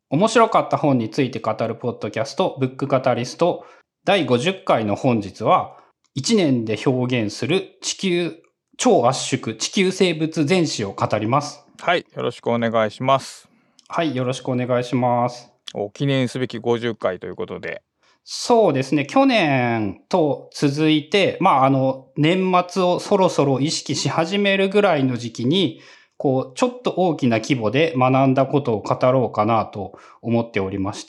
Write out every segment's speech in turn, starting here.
面白かった本について語るポッドキャスト、ブックカタリスト、第50回の本日は、1年で表現する地球超圧縮地球生物全史を語ります。 はい、よろしくお願いします。 はい、よろしくお願いします。 記念すべき50回ということで。 そうですね、去年と続いて、年末をそろそろ意識し始めるぐらいの時期に、ちょっと大きな規模で学んだことを語ろうかなと思っておりまして、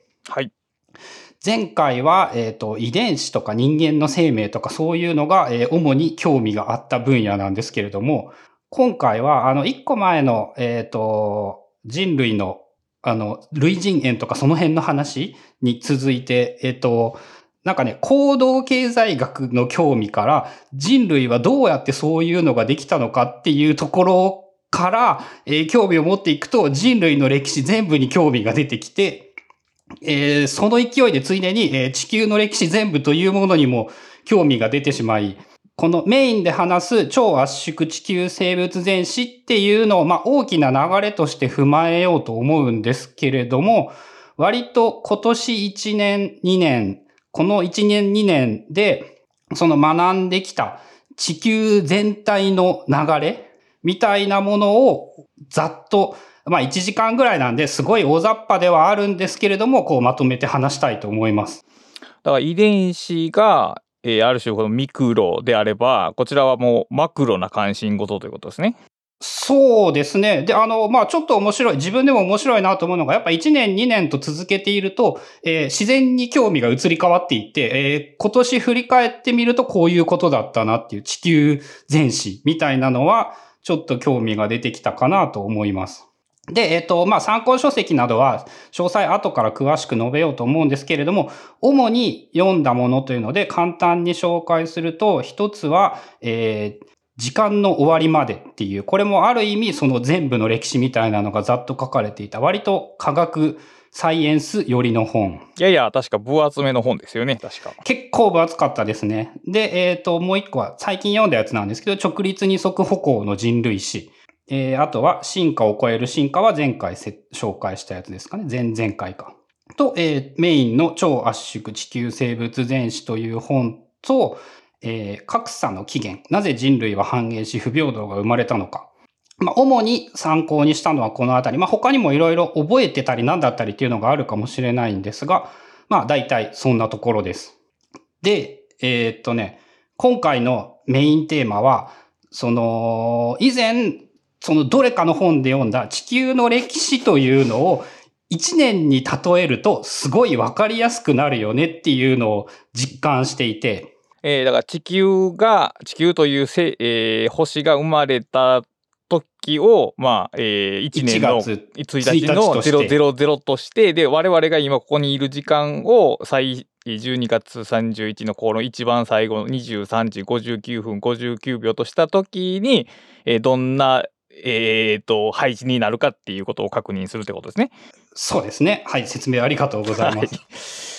はい。 前回は、遺伝子とか人間の生命とかそういうのが、主に興味があった分野なんですけれども、今回は、一個前の、人類の、類人猿とかその辺の話に続いて、行動経済学の興味から人類はどうやってそういうのができたのかっていうところから、興味を持っていくと人類の歴史全部に興味が出てきて、その勢いでついでに、地球の歴史全部というものにも興味が出てしまい、このメインで話す超圧縮地球生物全史っていうのを、大きな流れとして踏まえようと思うんですけれども、割と今年1年2年、この1年2年で、その学んできた地球全体の流れみたいなものをざっと1時間ぐらいなんで、すごい大雑把ではあるんですけれども、まとめて話したいと思います。 だから遺伝子が、ある種このミクロであれば、こちらはもうマクロな関心事ということですね。 そうですね。で、ちょっと面白い、自分でも面白いなと思うのが、やっぱ1年2年と続けていると、自然に興味が移り変わっていって、今年振り返ってみるとこういうことだったなっていう地球全史みたいなのは、ちょっと興味が出てきたかなと思います。で、参考書籍などは詳細後から詳しく述べようと思うんですけれども、主に読んだものというので簡単に紹介すると、一つは、時間の終わりまでっていう、これもある意味その全部の歴史みたいなのがざっと書かれていた、割と科学サイエンス寄りの本。 いやいや、確か分厚めの本ですよね、確か。 結構分厚かったですね。で、もう一個は最近読んだやつなんですけど、直立二足歩行の人類史。あとは進化を超える進化は前回紹介したやつですかね。前々回か。と、メインの超圧縮地球生物全史という本と、格差の起源。なぜ人類は繁栄し不平等が生まれたのか。主に参考にしたのはこのあたり。他にもいろいろ覚えてたり何だったりっていうのがあるかもしれないんですが、大体そんなところです。で、今回のメインテーマは、以前、どれかの本で読んだ地球の歴史というのを1年に例えるとすごいわかりやすくなるよねっていうのを実感していて。 だから地球という星が生まれた時を、1年の1日の000として、で、我々が今ここにいる時間を12月31日のこの一番最後の23時59分59秒とした時に、どんな配置になるかっていうことを確認するってことですね。 そうですね。はい、説明ありがとうございます。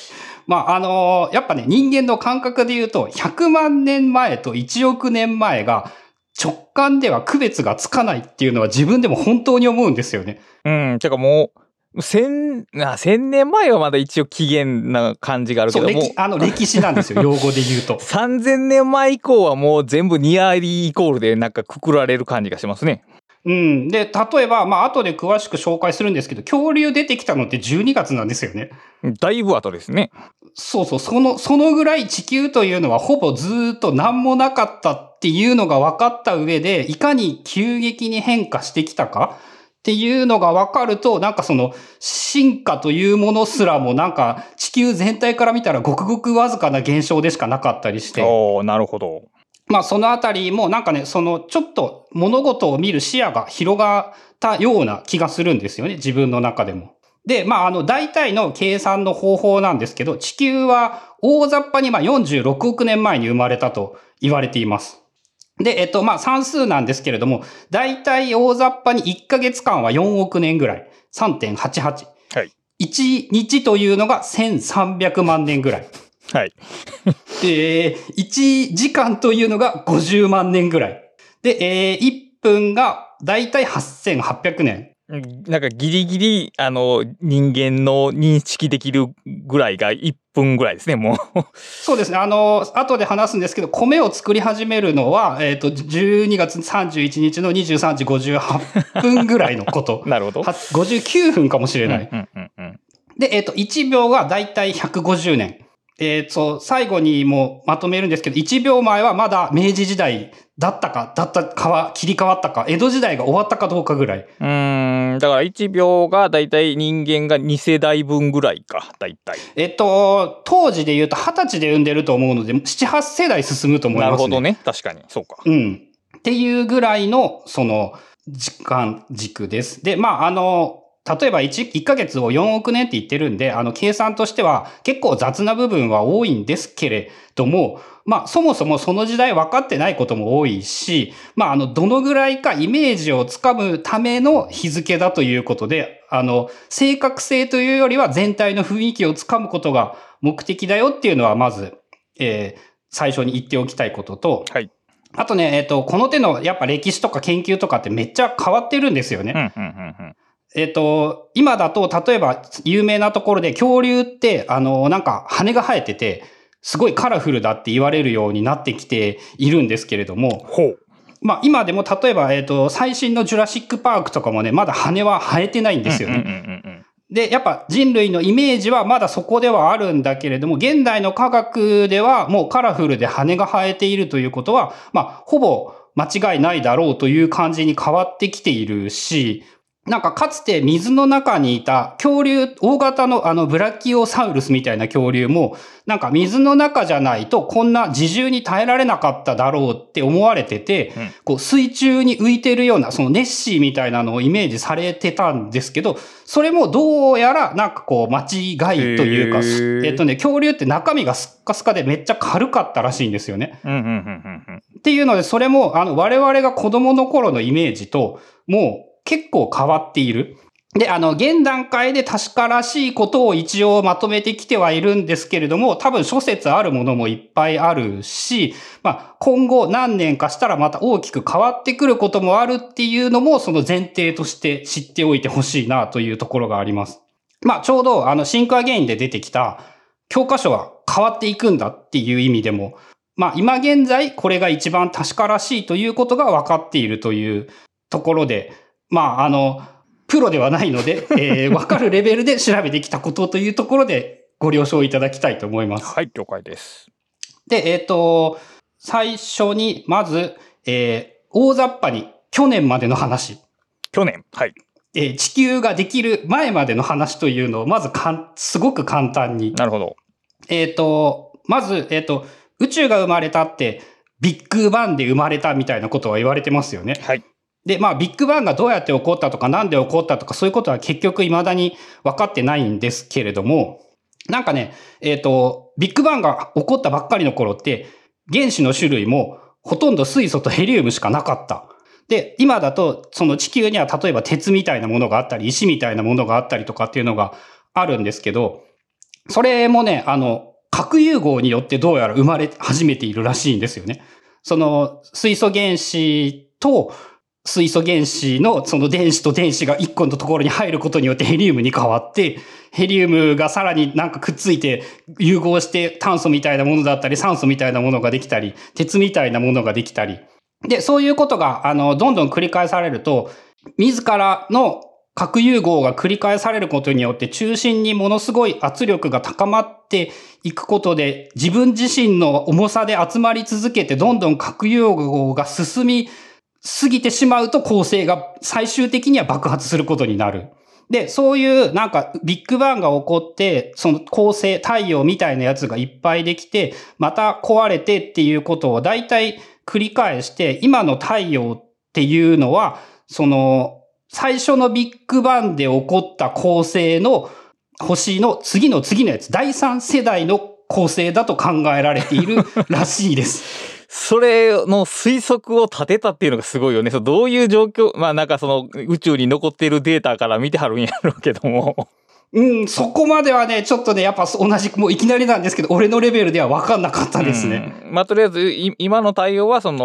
はい、やっぱね、人間の感覚で言うと、100万年前と1億年前が直感では区別がつかないっていうのは自分でも本当に思うんですよね。 てかもう、1000年前はまだ一応起源な感じがあるけども。 そう、歴史なんですよ、用語で言うと。 3000年前以降はもう全部ニアリーイコールでくくられる感じがしますね。 うん。で、例えば、後で詳しく紹介するんですけど、恐竜出てきたのって12月なんですよね。 だいぶ後ですね。 そうそう、そのぐらい地球というのはほぼずっと何もなかったっていうのが分かった上で、いかに急激に変化してきたかっていうのが分かると、進化というものすらも地球全体から見たらごくごくわずかな現象でしかなかったりして。 なるほど。 そのあたりもちょっと物事を見る視野が広がったような気がするんですよね、自分の中でも。で、大体の計算の方法なんですけど、地球は大雑把に46億年前に生まれたと言われています。で、算数なんですけれども、大体大雑把に1ヶ月間は4億年ぐらい。3.88。 はい。 1日というのが1300万年ぐらい。 はい。 1時間というのが50万年ぐらい。で、1分がだいたい8800年。 なんかギリギリ、人間の認識できるぐらいが1分ぐらいですね、もう。 そうですね。後で話すんですけど、米を作り始めるのは、12月31日の23時58分ぐらいのこと。 なるほど。 59分かもしれない。で、1秒がだいたい150年。最後にもまとめるんですけど、1秒前はまだ明治時代だったか切り替わったか、江戸時代が終わったかどうかぐらい。 だから1秒がだいたい人間が2世代分ぐらいか、だいたい。 当時で言うと20歳で産んでると思うので、7、8世代進むと思いますね。 なるほどね。確かに。そうか。 っていうぐらいの、時間軸です。で、まあ、例えば1ヶ月を4億年って言ってるんで、計算としては結構雑な部分は多いんですけれども、まあ、そもそもその時代分かってないことも多いし、まあ、どのぐらいかイメージをつかむための日付だということで、正確性というよりは全体の雰囲気をつかむことが目的だよっていうのはまず、最初に言っておきたいことと、 はい。 あとね、この手のやっぱ歴史とか研究とかってめっちゃ変わってるんですよね。今だと、例えば有名なところで恐竜って、なんか羽が生えてて、すごいカラフルだって言われるようになってきているんですけれども、まあ今でも例えば、最新のジュラシックパークとかもね、まだ羽は生えてないんですよね。で、やっぱ人類のイメージはまだそこではあるんだけれども、現代の科学ではもうカラフルで羽が生えているということは、まあ、ほぼ間違いないだろうという感じに変わってきているし、なんかかつて水の中にいた恐竜、大型のブラキオサウルスみたいな恐竜も、なんか水の中じゃないとこんな自重に耐えられなかっただろうって思われてて、こう水中に浮いてるような、そのネッシーみたいなのをイメージされてたんですけど、それもどうやらなんかこう間違いというか、恐竜って中身がスッカスカでめっちゃ軽かったらしいんですよね。っていうので、それも我々が子供の頃のイメージと、もう結構変わっている。で、現段階で確からしいことを一応まとめてきてはいるんですけれども、多分諸説あるものもいっぱいあるし、まあ、今後何年かしたらまた大きく変わってくることもあるっていうのも、その前提として知っておいてほしいなというところがあります。まあ、ちょうどシンクアゲインで出てきた教科書は変わっていくんだっていう意味でも、まあ、今現在これが一番確からしいということが分かっているというところで、まあ、プロではないので、わかるレベルで調べてきたことというところでご了承いただきたいと思います。 はい、了解です。 で、最初に、まず、大雑把に去年までの話。 去年、はい。 地球ができる前までの話というのを、まずすごく簡単に。 なるほど。まず、宇宙が生まれたって、ビッグバンで生まれたみたいなことは言われてますよね。 はい。 で、まあ、ビッグバンがどうやって起こったとか、なんで起こったとか、そういうことは結局未だに分かってないんですけれども、なんかね、ビッグバンが起こったばっかりの頃って、原子の種類もほとんど水素とヘリウムしかなかった。で、今だと、その地球には例えば鉄みたいなものがあったり、石みたいなものがあったりとかっていうのがあるんですけど、それもね、核融合によってどうやら生まれ始めているらしいんですよね。その、水素原子と、水素原子のその電子と電子が一個のところに入ることによってヘリウムに変わって、ヘリウムがさらになんかくっついて融合して炭素みたいなものだったり酸素みたいなものができたり、鉄みたいなものができたり。で、そういうことがどんどん繰り返されると、自らの核融合が繰り返されることによって中心にものすごい圧力が高まっていくことで、自分自身の重さで集まり続けてどんどん核融合が進み過ぎてしまうと恒星が最終的には爆発することになる。で、そういうなんかビッグバンが起こって、その恒星、太陽みたいなやつがいっぱいできて、また壊れてっていうことを大体繰り返して、今の太陽っていうのは、その最初のビッグバンで起こった恒星の星の次のやつ、第3世代の恒星だと考えられているらしいです。 それの推測を立てたっていうのがすごいよね。どういう状況、まあなんかその宇宙に残っているデータから見てはるんやろうけども。 そこまではね、ちょっとね、やっぱ同じ、もういきなりなんですけど、俺のレベルでは分かんなかったですね。 まあ、とりあえず、今の対応は、圧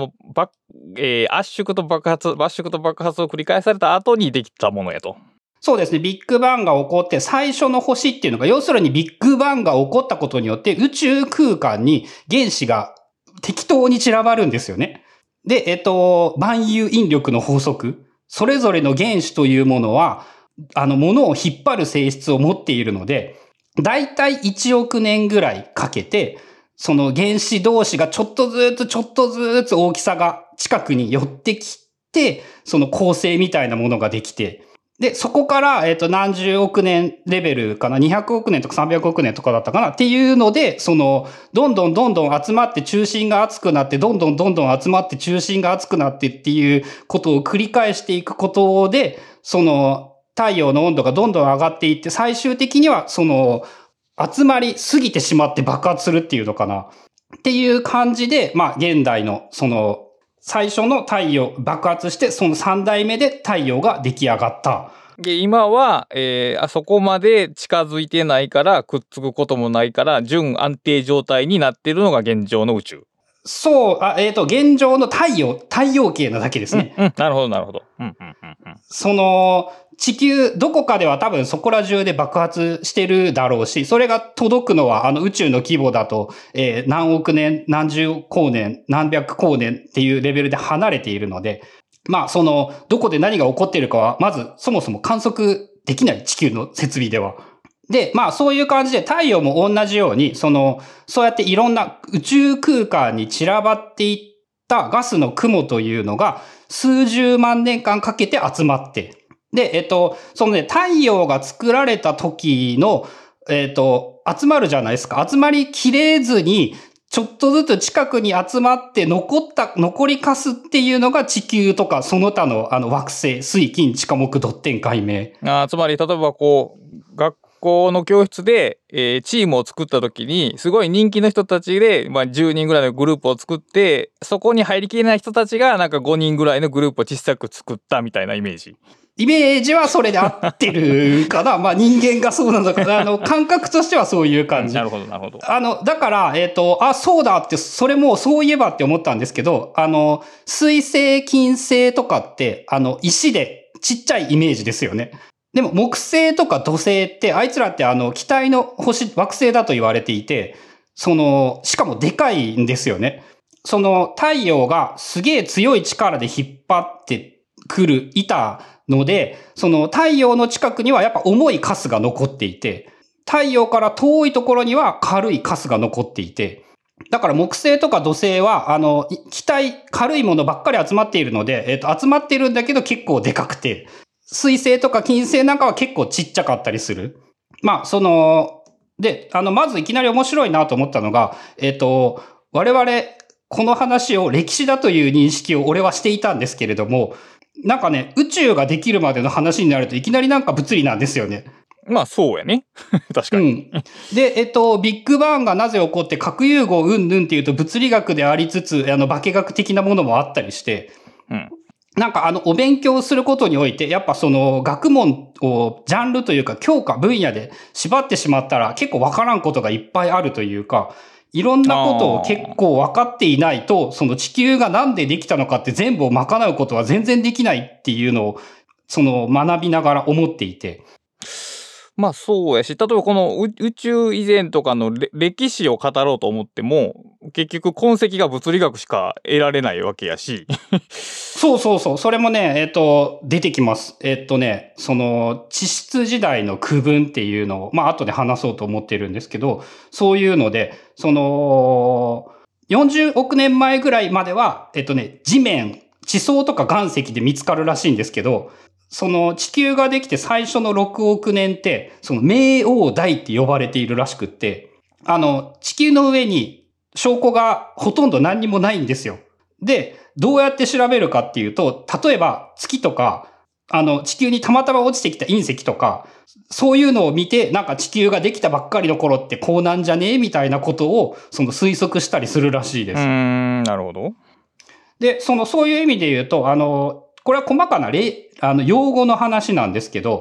縮と爆発を繰り返された後にできたものやと。 そうですね。ビッグバンが起こって、最初の星っていうのが、要するにビッグバンが起こったことによって、宇宙空間に原子が適当に散らばるんですよね。で、万有引力の法則。それぞれの原子というものは、物を引っ張る性質を持っているので、だいたい1億年ぐらいかけて、その原子同士がちょっとずつ大きさが近くに寄ってきて、その構成みたいなものができて、で、そこから、何十億年レベルかな、200億年とか300億年とかだったかなっていうので、どんどん集まって中心が熱くなって、どんどん集まって中心が熱くなってっていうことを繰り返していくことで、太陽の温度がどんどん上がっていって、最終的には、集まりすぎてしまって爆発するっていうのかな。っていう感じで、まあ、現代の、最初の太陽爆発して、その3代目で太陽が出来上がった。 で、今は、あそこまで近づいてないから、くっつくこともないから、準安定状態になっているのが現状の宇宙。 そう、現状の太陽系なだけですね。 なるほど。 地球、どこかでは多分そこら中で爆発してるだろうし、それが届くのは宇宙の規模だと、何億年、何十光年、何百光年っていうレベルで離れているので、まあどこで何が起こっているかは、まずそもそも観測できない地球の設備では。で、まあそういう感じで太陽も同じように、そうやっていろんな宇宙空間に散らばっていったガスの雲というのが数十万年間かけて集まって、で、太陽が作られた時の、集まるじゃないですか。集まりきれずに、ちょっとずつ近くに集まって残りかすっていうのが地球とかその他の惑星、水金地下木土天海冥。 つまり、例えば学校の教室で、チームを作った時に、すごい人気の人たちで、まあ、10人ぐらいのグループを作って、そこに入りきれない人たちが、なんか5人ぐらいのグループを小さく作ったみたいなイメージ。 イメージはそれで合ってるかな。まあ人間がそうなのかな。感覚としてはそういう感じ。 なるほど。 だから、そうだって、それもそういえばって思ったんですけど、水星、金星とかって、石でちっちゃいイメージですよね。でも木星とか土星って、あいつらって気体の惑星だと言われていて、しかもでかいんですよね。太陽がすげえ強い力で引っ張ってくる板ので、太陽の近くにはやっぱ重いカスが残っていて、太陽から遠いところには軽いカスが残っていて、だから木星とか土星は、気体、軽いものばっかり集まっているので、集まってるんだけど結構でかくて、水星とか金星なんかは結構ちっちゃかったりする。まあ、で、まずいきなり面白いなと思ったのが、我々、この話を歴史だという認識を俺はしていたんですけれども、なんかね、宇宙ができるまでの話になるといきなりなんか物理なんですよね。 まあそうやね。確かに。 で、ビッグバンがなぜ起こって核融合うんぬんっていうと物理学でありつつ、化学的なものもあったりして、なんかお勉強することにおいて、やっぱ学問をジャンルというか教科分野で縛ってしまったら結構わからんことがいっぱいあるというか、いろんなことを結構分かっていないと、地球がなんでできたのかって全部を賄うことは全然できないっていうのを、学びながら思っていて。 まあそうやし、例えばこの宇宙以前とかの歴史を語ろうと思っても、結局痕跡が物理学しか得られないわけやし。 そう。それもね、出てきます。地質時代の区分っていうのを、まあ後で話そうと思ってるんですけど、そういうので、40億年前ぐらいまでは、地面、地層とか岩石で見つかるらしいんですけど、地球ができて最初の6億年って、冥王代って呼ばれているらしくって、地球の上に証拠がほとんど何にもないんですよ。で、どうやって調べるかっていうと、例えば月とか、地球にたまたま落ちてきた隕石とか、そういうのを見て、なんか地球ができたばっかりの頃ってこうなんじゃねえみたいなことを、推測したりするらしいです。 なるほど。 で、そういう意味で言うと、これは細かな用語の話なんですけど、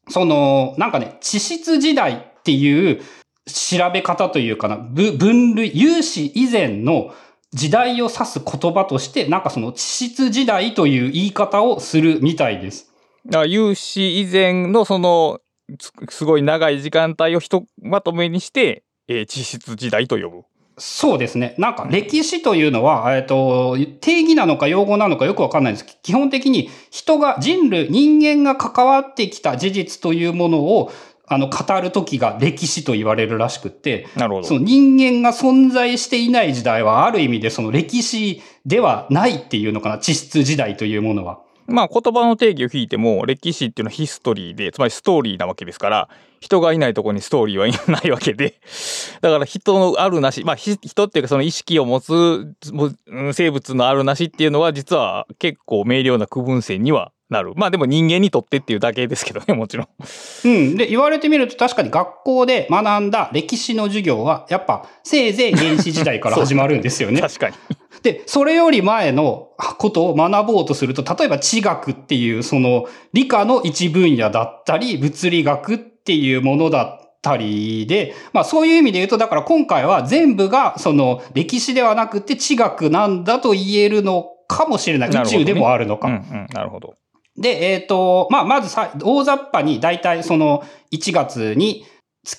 なんかね、地質時代っていう調べ方というかな、分類、有史以前の時代を指す言葉として、なんかその地質時代という言い方をするみたいです。 有史以前のすごい長い時間帯をひとまとめにして、地質時代と呼ぶ。 そうですね。なんか歴史というのは、定義なのか用語なのかよくわかんないんですけど、基本的に人間が関わってきた事実というものを、語る時が歴史と言われるらしくって、 なるほど。 その人間が存在していない時代は、ある意味でその歴史ではないっていうのかな、地質時代というものは。 まあ言葉の定義を引いても、歴史っていうのはヒストリーで、つまりストーリーなわけですから、人がいないところにストーリーはいないわけで、だから人のあるなし、まあ人っていうかその意識を持つ生物のあるなしっていうのは実は結構明瞭な区分線にはなる。まあでも人間にとってっていうだけですけどね、もちろん。 うん。で、言われてみると確かに学校で学んだ歴史の授業は、やっぱせいぜい原始時代から始まるんですよね。 確かに。 で、それより前のことを学ぼうとすると、例えば地学っていうその理科の一分野だったり、物理学っていうものだったりで、まあそういう意味で言うと、だから今回は全部がその歴史ではなくて地学なんだと言えるのかもしれない。宇宙でもあるのか。 なるほど。 で、まあまず大雑把に大体その1月に地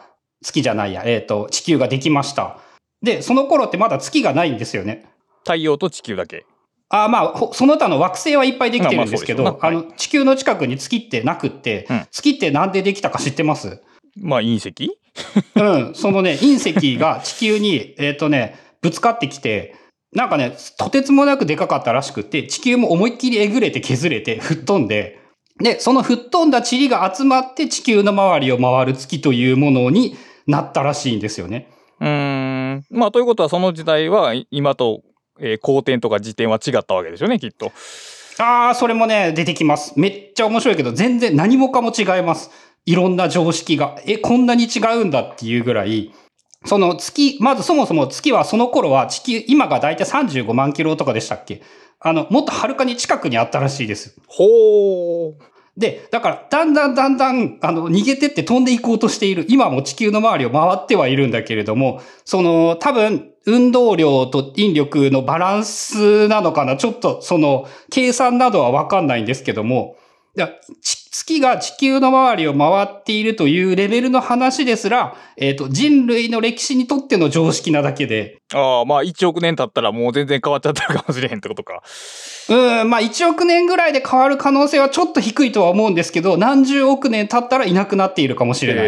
球ができました。で、その頃ってまだ月がないんですよね。 太陽と地球だけ。 まあ、その他の惑星はいっぱいできてるんですけど、地球の近くに月ってなくって、月ってなんでできたか知ってます？ まあ、隕石うん、そのね、隕石が地球に、ぶつかってきて、なんかね、とてつもなくでかかったらしくって、地球も思いっきりえぐれて削れて吹っ飛んで、で、その吹っ飛んだ塵が集まって地球の周りを回る月というものになったらしいんですよね。 まあ、ということはその時代は今と、公転とか自転は違ったわけですよね、きっと。 それもね、出てきます。めっちゃ面白いけど、全然何もかも違います。いろんな常識が。こんなに違うんだっていうぐらい、その月、まずそもそも月はその頃は地球、今がだいたい35万キロとかでしたっけ？もっとはるかに近くにあったらしいです。 ほー。 で、だから、だんだん、逃げてって飛んでいこうとしている。今も地球の周りを回ってはいるんだけれども、多分、運動量と引力のバランスなのかな？ちょっと、計算などはわかんないんですけども、月が地球の周りを回っているというレベルの話ですら、人類の歴史にとっての常識なだけで。 まあ1億年経ったらもう全然変わっちゃってるかもしれへんってことか。 まあ1億年ぐらいで変わる可能性はちょっと低いとは思うんですけど、何十億年経ったらいなくなっているかもしれない。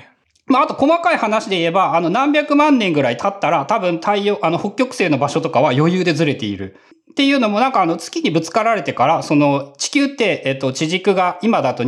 まああと細かい話で言えば、何百万年ぐらい経ったら多分太陽、北極星の場所とかは余裕でずれている。っていうのもなんか月にぶつかられてから、地球って、地軸が今だと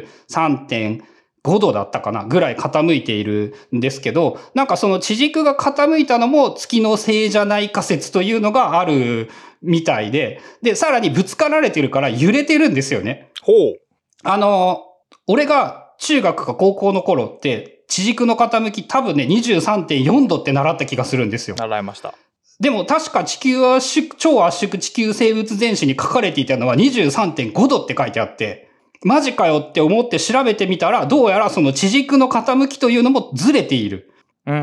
23.5 度だったかなぐらい傾いているんですけど、なんかその地軸が傾いたのも月のせいじゃない仮説というのがあるみたいで、で、さらにぶつかられてるから揺れてるんですよね。 ほう。 俺が中学か高校の頃って、地軸の傾き多分ね 23.4 度って習った気がするんですよ。 習いました。 でも確か地球は超圧縮地球生物全史に書かれていたのは 23.5 度って書いてあって、マジかよって思って調べてみたら、どうやらその地軸の傾きというのもずれている。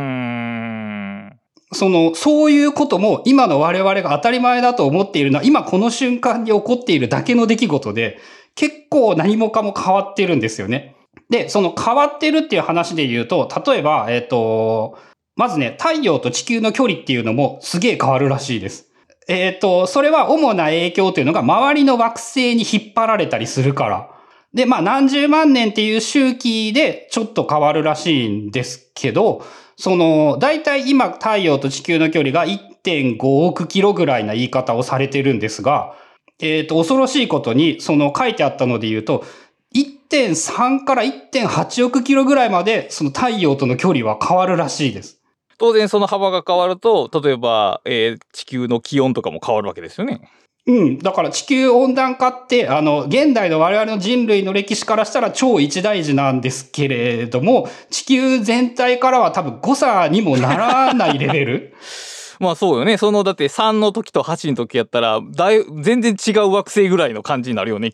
そういうことも今の我々が当たり前だと思っているのは今この瞬間に起こっているだけの出来事で、結構何もかも変わってるんですよね。で、その変わってるっていう話で言うと、例えば、まずね、太陽と地球の距離っていうのもすげえ変わるらしいです。それは主な影響というのが周りの惑星に引っ張られたりするから。で、まあ何十万年っていう周期でちょっと変わるらしいんですけど、だいたい今太陽と地球の距離が 1.5 億キロぐらいな言い方をされてるんですが、恐ろしいことに、書いてあったので言うと、1.3 から 1.8 億キロぐらいまでその太陽との距離は変わるらしいです。 当然その幅が変わると、例えば、地球の気温とかも変わるわけですよね。 だから地球温暖化って、現代の我々の人類の歴史からしたら超一大事なんですけれども、地球全体からは多分誤差にもならないレベルまあそうよね。だって3の時と8の時やったら、全然違う惑星ぐらいの感じになるよね。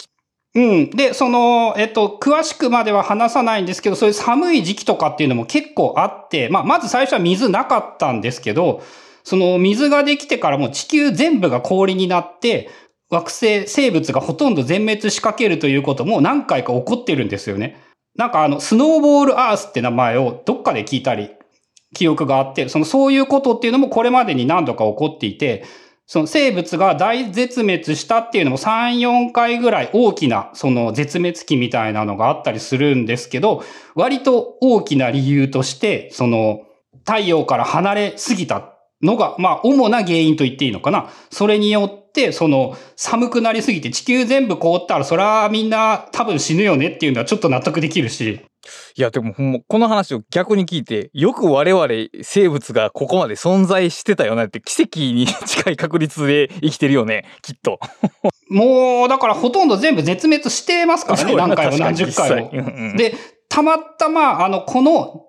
うん。で、詳しくまでは話さないんですけど、そういう寒い時期とかっていうのも結構あって、まず最初は水なかったんですけど、その水ができてからも地球全部が氷になって、惑星、生物がほとんど全滅しかけるということも何回か起こってるんですよね。なんかスノーボールアースって名前をどっかで聞いたり、記憶があって、そういうことっていうのもこれまでに何度か起こっていて、その生物が大絶滅したっていうのも3、4回ぐらい大きなその絶滅期みたいなのがあったりするんですけど、割と大きな理由として、太陽から離れすぎたのが、主な原因と言っていいのかな。それによって、寒くなりすぎて地球全部凍ったら、それはみんな多分死ぬよねっていうのはちょっと納得できるし。 いや、でもこの話を逆に聞いて、よく我々生物がここまで存在してたよねって、奇跡に近い確率で生きてるよね、きっと。 もう、だからほとんど全部絶滅してますからね、何回も何十回も。で、たまたま、この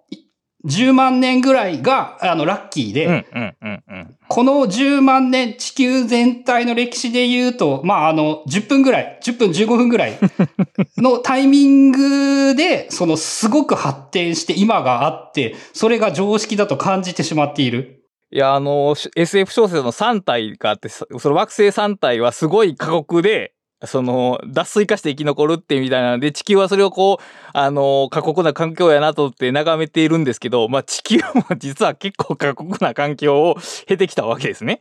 10万年ぐらいが、ラッキーで、この10万年地球全体の歴史で言うと、10分ぐらい、10分15分ぐらいのタイミングで、すごく発展して今があって、それが常識だと感じてしまっている。 いや、SF 小説の3体があって、その惑星3体はすごい過酷で、脱水化して生き残るってみたいなので、地球はそれを過酷な環境やなとって眺めているんですけど、地球も実は結構過酷な環境を経てきたわけですね。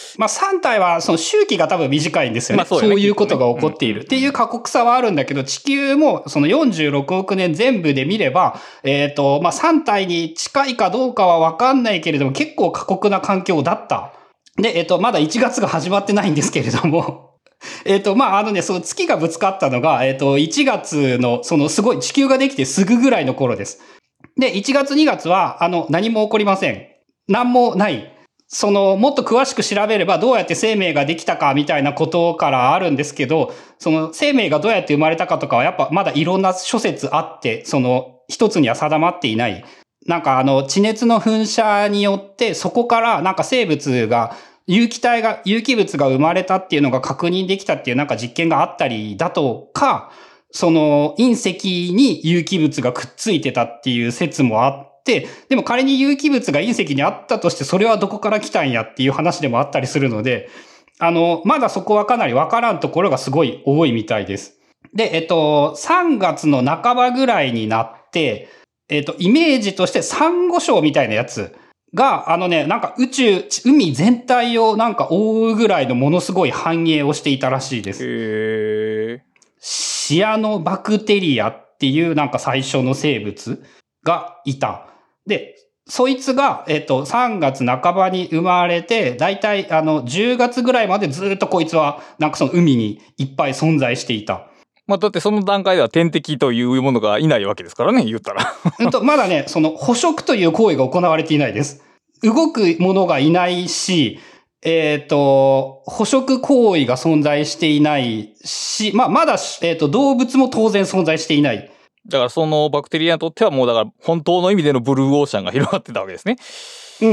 3体はその周期が多分短いんですよね。そういうことが起こっているっていう過酷さはあるんだけど、地球もその46億年全部で見れば、3体に近いかどうかはわかんないけれども、結構過酷な環境だった。で、まだ1月が始まってないんですけれども、その月がぶつかったのが、1月の、すごい地球ができてすぐぐらいの頃です。で、1月2月は、何も起こりません。何もない。もっと詳しく調べればどうやって生命ができたかみたいなことからあるんですけど、生命がどうやって生まれたかとかはやっぱまだいろんな諸説あって、一つには定まっていない。なんか地熱の噴射によって、そこからなんか生物が、有機物が生まれたっていうのが確認できたっていうなんか実験があったりだとか、隕石に有機物がくっついてたっていう説もあって、でも仮に有機物が隕石にあったとしてそれはどこから来たんやっていう話でもあったりするので、まだそこはかなりわからんところがすごい多いみたいです。で、3月の半ばぐらいになって、イメージとしてサンゴ礁みたいなやつ、が、なんか海全体をなんか覆うぐらいのものすごい繁栄をしていたらしいです。シアノバクテリアっていうなんか最初の生物がいた。で、そいつが、3月半ばに生まれて、だいたい10月ぐらいまでずっとこいつはなんかその海にいっぱい存在していた。 だってその段階では天敵というものがいないわけですからね、言ったら。 まだね、捕食という行為が行われていないです。動くものがいないし、捕食行為が存在していないし、まだ、動物も当然存在していない。 だからそのバクテリアにとってはもうだから本当の意味でのブルーオーシャンが広がってたわけですね。 うん。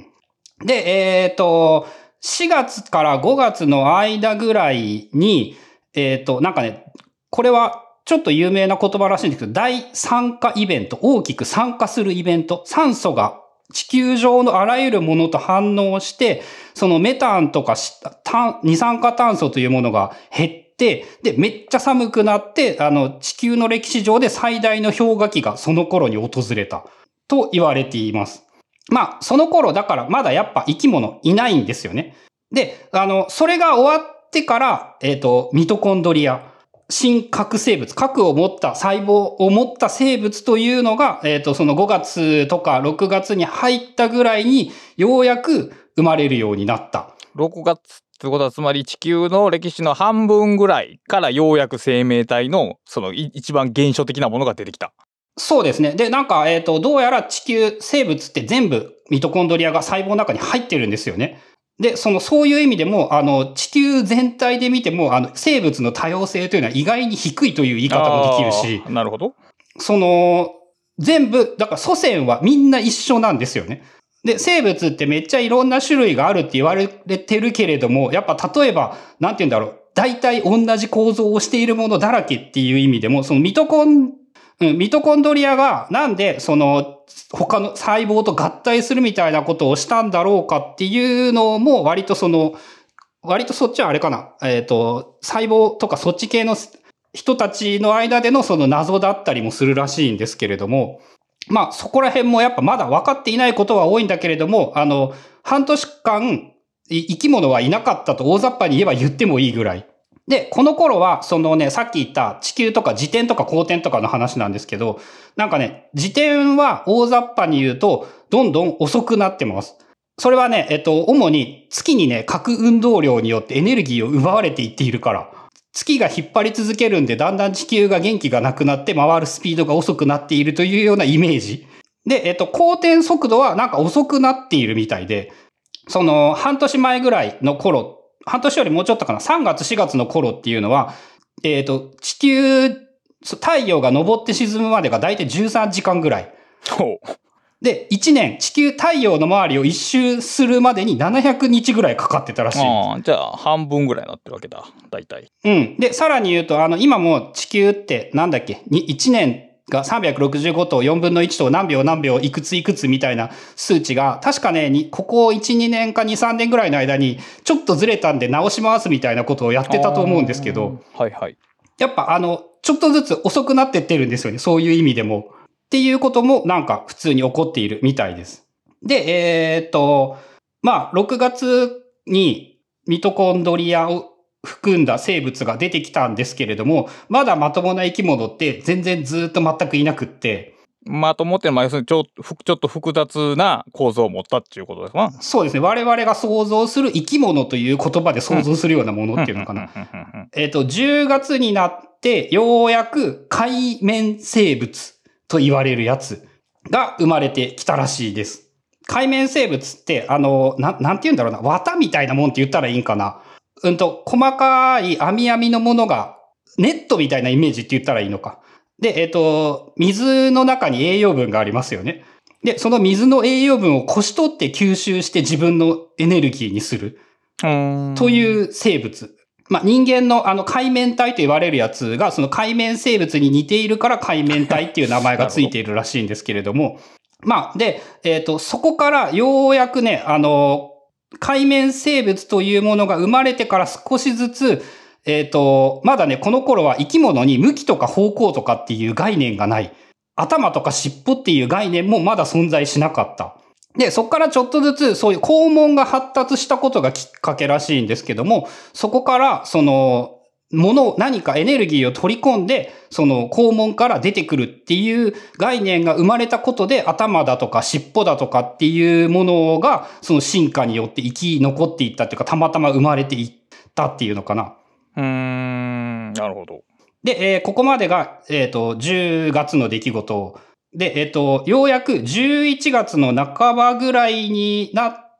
で、4月から5月の間ぐらいに、なんかね、これはちょっと有名な言葉らしいんですけど、大酸化イベント、大きく酸化するイベント、酸素が地球上のあらゆるものと反応して、そのメタンとか二酸化炭素というものが減って、で、めっちゃ寒くなって、地球の歴史上で最大の氷河期がその頃に訪れたと言われています。その頃だからまだやっぱ生き物いないんですよね。で、それが終わってから、ミトコンドリア。新核生物、核を持った細胞を持った生物というのが、その5月とか6月に入ったぐらいにようやく生まれるようになった。 6月ってことはつまり地球の歴史の半分ぐらいからようやく生命体のその一番原初的なものが出てきた。 そうですね。で、なんか、どうやら地球生物って全部ミトコンドリアが細胞の中に入ってるんですよね。で、そういう意味でも、地球全体で見ても、生物の多様性というのは意外に低いという言い方もできるし。 なるほど。 全部、だから祖先はみんな一緒なんですよね。で、生物ってめっちゃいろんな種類があるって言われてるけれども、やっぱ例えば、なんて言うんだろう、 大体同じ構造をしているものだらけっていう意味でも、そのミトコンドリアがなんでその他の細胞と合体するみたいなことをしたんだろうかっていうのも割とそっちはあれかな。細胞とかそっち系の人たちの間でのその謎だったりもするらしいんですけれども、まあそこら辺もやっぱまだ分かっていないことは多いんだけれども、半年間生き物はいなかったと大雑把に言えば言ってもいいぐらい。で、この頃は、そのね、さっき言った地球とか自転とか公転とかの話なんですけど、なんかね、自転は大雑把に言うと、どんどん遅くなってます。それはね、主に月にね、核運動量によってエネルギーを奪われていっているから。月が引っ張り続けるんで、だんだん地球が元気がなくなって回るスピードが遅くなっているというようなイメージ。で、公転速度はなんか遅くなっているみたいで、その、半年前ぐらいの頃、半年よりもうちょっとかな、3月4月の頃っていうのは、地球、太陽が昇って沈むまでがだいたい13時間ぐらい。で、1年、地球太陽の周りを一周するまでに700日ぐらいかかってたらしい。 じゃあ、半分ぐらいになってるわけだ、大体。 うん。で、さらに言うと、今も地球ってなんだっけ、1年が365と4分の1と何秒いくつみたいな数値が、確かね、ここ1、2年か2、3年ぐらいの間に、ちょっとずれたんで直しますみたいなことをやってたと思うんですけど、 はいはい。 やっぱちょっとずつ遅くなってってるんですよね。そういう意味でも。っていうこともなんか普通に起こっているみたいです。で、まあ、6月にミトコンドリアを含んだ生物が出てきたんですけれども、まだまともな生き物って全然ずっと全くいなくって。 まともってのは、要するにちょっと複雑な構造を持ったっていうことですか？ そうですね。我々が想像する生き物という言葉で想像するようなものっていうのかな。10月になってようやく海面生物と言われるやつが生まれてきたらしいです。海面生物って、なんて言うんだろうな、綿みたいなもんって言ったらいいんかな。細かい網のものが、ネットみたいなイメージって言ったらいいのか。で、水の中に栄養分がありますよね。で、その水の栄養分をこし取って吸収して自分のエネルギーにする。という生物。まあ、人間の海綿体と言われるやつが、その海綿生物に似ているから海綿体っていう名前がついているらしいんですけれども。まあ、で、そこからようやくね、海綿生物というものが生まれてから少しずつ、まだね、この頃は生き物に向きとか方向とかっていう概念がない。頭とか尻尾っていう概念もまだ存在しなかった。で、そこからちょっとずつそういう肛門が発達したことがきっかけらしいんですけども、そこから何かエネルギーを取り込んで、その肛門から出てくるっていう概念が生まれたことで、頭だとか尻尾だとかっていうものが、その進化によって生き残っていったっていうか、たまたま生まれていったっていうのかな。 なるほど。 で、ここまでが、10月の出来事で、ようやく11月の半ばぐらいになって、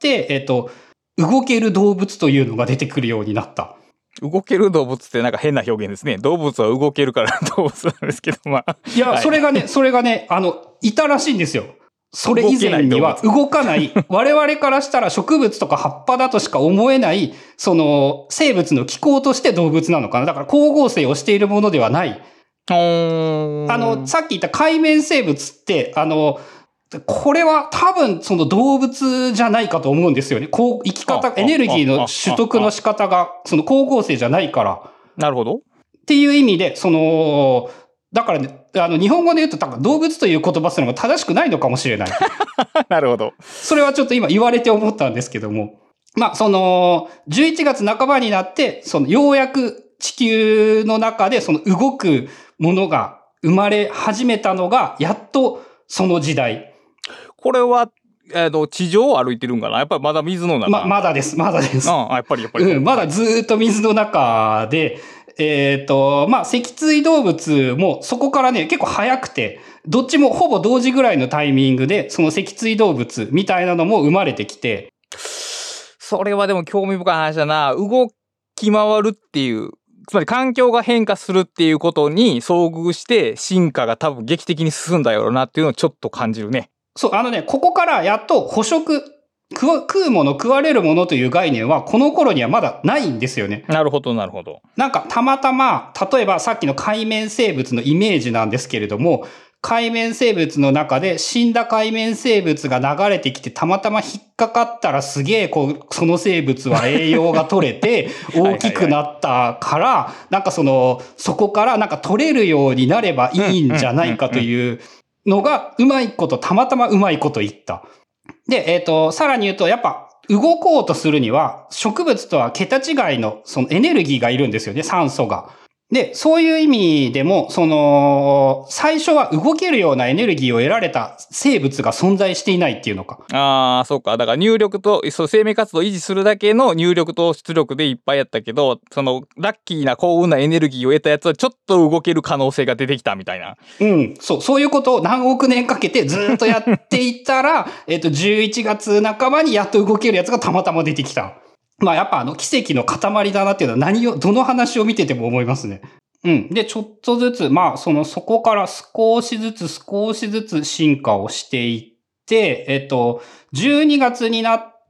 動ける動物というのが出てくるようになった。 動ける動物ってなんか変な表現ですね。動物は動けるから動物なんですけど、まあ。 いや、はい、それがね、いたらしいんですよ。それ以前には動かない、我々からしたら植物とか葉っぱだとしか思えない、その生物の機構として動物なのかな。だから光合成をしているものではない。さっき言った海面生物って、これは多分その動物じゃないかと思うんですよね。生き方、エネルギーの取得の仕方が、その光合成じゃないから。 なるほど。 っていう意味で、だからね、日本語で言うと多分動物という言葉するのが正しくないのかもしれない。 なるほど。 それはちょっと今言われて思ったんですけども。まあ、11月半ばになって、ようやく地球の中で動くものが生まれ始めたのが、やっとその時代。 これは、地上を歩いてるんかな？やっぱりまだ水の中。 まだです。やっぱり。 まだずっと水の中で、まあ、脊椎動物もそこからね、結構早くて、どっちもほぼ同時ぐらいのタイミングで、その脊椎動物みたいなのも生まれてきて。 それはでも興味深い話だな。動き回るっていう、つまり環境が変化するっていうことに遭遇して進化が多分劇的に進んだよなっていうのをちょっと感じるね。 そう、ここからやっと捕食、 食うもの、食われるものという概念は、この頃にはまだないんですよね。 なるほど、なるほど。 なんか、たまたま、例えばさっきの海面生物のイメージなんですけれども、海面生物の中で死んだ海面生物が流れてきてたまたま引っかかったらすげえその生物は栄養が取れて大きくなったから、なんかそこからなんか取れるようになればいいんじゃないかというのがたまたまうまいこと言った。で、さらに言うとやっぱ動こうとするには植物とは桁違いのそのエネルギーがいるんですよね、酸素が。で、そういう意味でも、最初は動けるようなエネルギーを得られた生物が存在していないっていうのか。 ああ、そうか。だから入力と、生命活動を維持するだけの入力と出力でいっぱいやったけど、ラッキーな幸運なエネルギーを得たやつはちょっと動ける可能性が出てきたみたいな。 うん。そういうことを何億年かけてずっとやっていったら、11月半ばにやっと動けるやつがたまたま出てきた。まあやっぱ奇跡の塊だなっていうのはどの話を見てても思いますね。うん。で、ちょっとずつ、まあそこから少しずつ進化をしていって、12月になって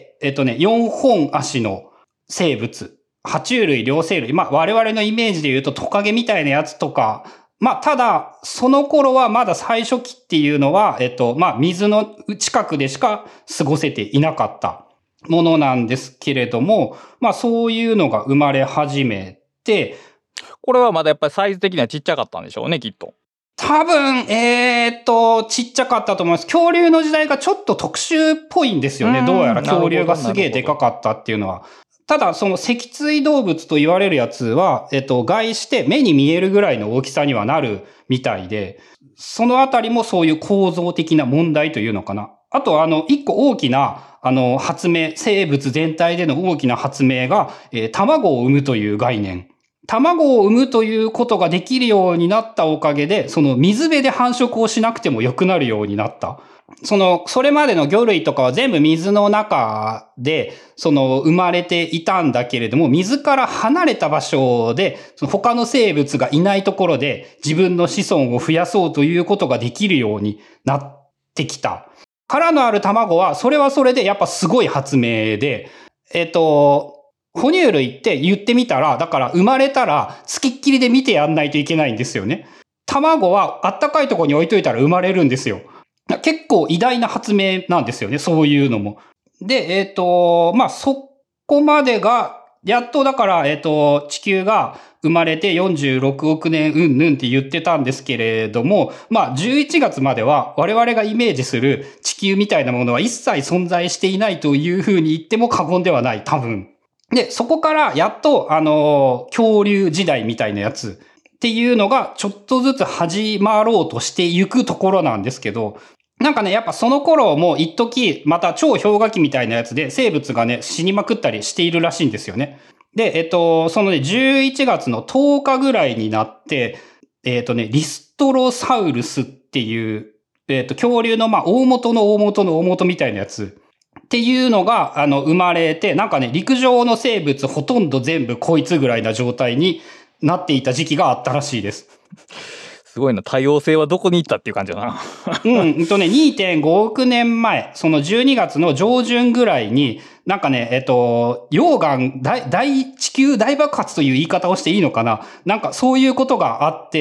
、4本足の生物、爬虫類、両生類、まあ我々のイメージで言うとトカゲみたいなやつとか、まあただ、その頃はまだ最初期っていうのは、まあ水の近くでしか過ごせていなかったものなんですけれども、まあそういうのが生まれ始めて、 これはまだやっぱりサイズ的にはちっちゃかったんでしょうね、きっと。 多分、ちっちゃかったと思います。恐竜の時代がちょっと特殊っぽいんですよね。どうやら恐竜がすげえでかかったっていうのは。ただ、その脊椎動物と言われるやつは、外して目に見えるぐらいの大きさにはなるみたいで、そのあたりもそういう構造的な問題というのかな。あと、一個大きな、発明、生物全体での大きな発明が、卵を産むという概念。卵を産むということができるようになったおかげで、その水辺で繁殖をしなくても良くなるようになった。それまでの魚類とかは全部水の中で、生まれていたんだけれども、水から離れた場所で、他の生物がいないところで自分の子孫を増やそうということができるようになってきた。殻のある卵は、それはそれでやっぱすごい発明で、哺乳類って言ってみたら、だから生まれたら付きっきりで見てやんないといけないんですよね。卵はあったかいところに置いといたら生まれるんですよ。結構偉大な発明なんですよね、そういうのも。で、まあ、そこまでが、やっとだから、地球が生まれて46億年うんぬんって言ってたんですけれども、まあ、11月までは我々がイメージする地球みたいなものは一切存在していないというふうに言っても過言ではない、多分。で、そこからやっと、恐竜時代みたいなやつっていうのがちょっとずつ始まろうとしていくところなんですけど、なんかね、やっぱその頃も一時、また超氷河期みたいなやつで生物がね、死にまくったりしているらしいんですよね。で、そのね、11月の10日ぐらいになって、リストロサウルスっていう、恐竜のまあ大元の大元の大元みたいなやつっていうのが、生まれて、なんかね、陸上の生物ほとんど全部こいつぐらいな状態になっていた時期があったらしいです。 すごいな。多様性はどこに行ったっていう感じだな。 2.5 億年前、その12月の上旬ぐらいに、なんかね、溶岩地球大爆発という言い方をしていいのかな？なんかそういうことがあって、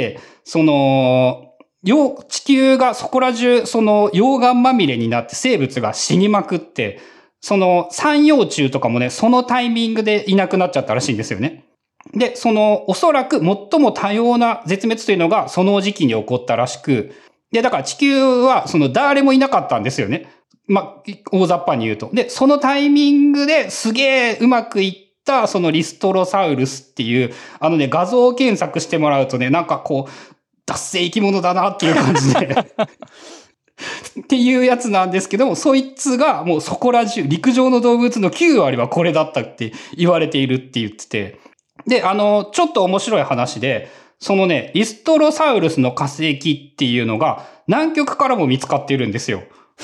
地球がそこら中、溶岩まみれになって生物が死にまくって、三葉虫とかもね、そのタイミングでいなくなっちゃったらしいんですよね。で、おそらく最も多様な絶滅というのがその時期に起こったらしく、で、だから地球は誰もいなかったんですよね。まあ、大雑把に言うと。で、そのタイミングですげえうまくいったリストロサウルスっていう、画像検索してもらうとね、なんかこう、脱生生き物だなっていう感じで。っていうやつなんですけども、そいつがもうそこら中、陸上の動物の9割はこれだったって言われているって言ってて、で、ちょっと面白い話で、リストロサウルスの化石っていうのが南極からも見つかっているんですよ。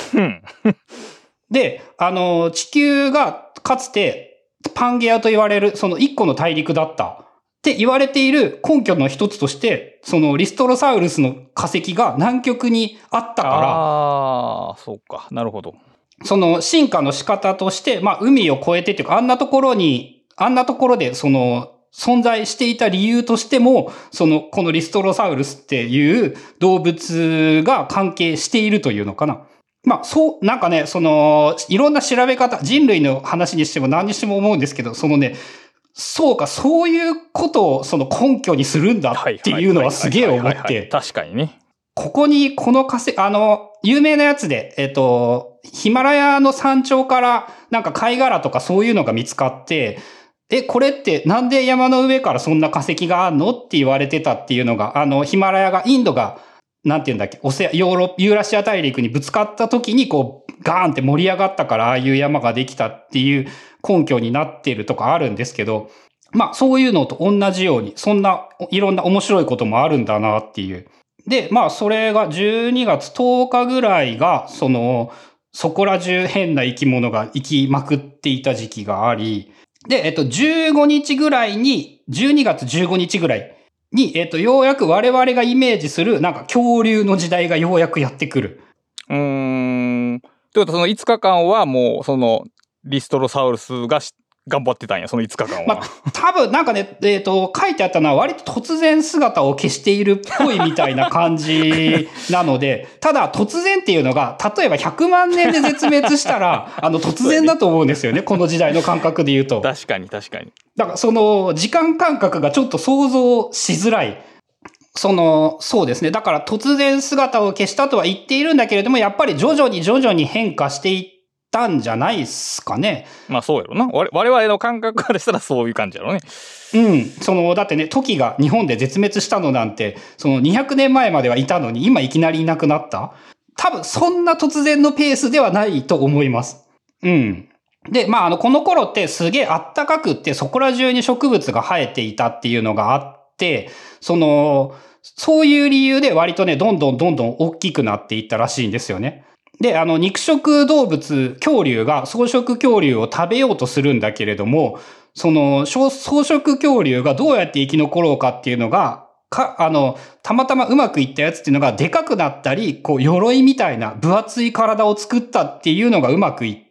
で、地球がかつてパンゲアと言われる一個の大陸だったって言われている根拠の一つとして、リストロサウルスの化石が南極にあったから。 ああ、そうか。なるほど。 その進化の仕方として、まあ海を越えてっていうか、あんなところでその存在していた理由としても、このリストロサウルスっていう動物が関係しているというのかな。まあ、なんかね、いろんな調べ方、人類の話にしても何にしても思うんですけど、そうか、そういうことを根拠にするんだっていうのはすげえ思って。 確かにね。 この化石、有名なやつで、ヒマラヤの山頂からなんか貝殻とかそういうのが見つかって、これってなんで山の上からそんな化石があんのって言われてたっていうのが、ヒマラヤインドが、なんて言うんだっけ、ユーラシア大陸にぶつかった時にガーンって盛り上がったからああいう山ができたっていう根拠になってるとかあるんですけど、まあそういうのと同じように、そんないろんな面白いこともあるんだなっていう。で、まあそれが12月10日ぐらいが、そこら中変な生き物が生きまくっていた時期があり、で、15日ぐらいに、12月15日ぐらいに、ようやく我々がイメージする、なんか恐竜の時代がようやくやってくる。 ということは、その5日間はもう、リストロサウルスが頑張ってたんや、その5日間は。 まあ、多分なんかね、書いてあったのは割と突然姿を消しているっぽいみたいな感じなので、ただ突然っていうのが、例えば100万年で絶滅したら、突然だと思うんですよね、この時代の感覚で言うと。 確かに確かに。 だから時間感覚がちょっと想像しづらい。そうですね。だから突然姿を消したとは言っているんだけれども、やっぱり徐々に変化していったんじゃないっすかね。 まあそうやろな。我々の感覚からしたらそういう感じやろね。 うん。だってね、トキが日本で絶滅したのなんて、200年前まではいたのに、今いきなりいなくなった。多分そんな突然のペースではないと思います。うん。で、まあこの頃ってすげえ暖かくってそこら中に植物が生えていたっていうのがあって、そういう理由で割とね、どんどん大きくなっていったらしいんですよね。で、肉食動物、恐竜が草食恐竜を食べようとするんだけれども、草食恐竜がどうやって生き残ろうかっていうのが、たまたまうまくいったやつっていうのがでかくなったり、鎧みたいな分厚い体を作ったっていうのがうまくいって、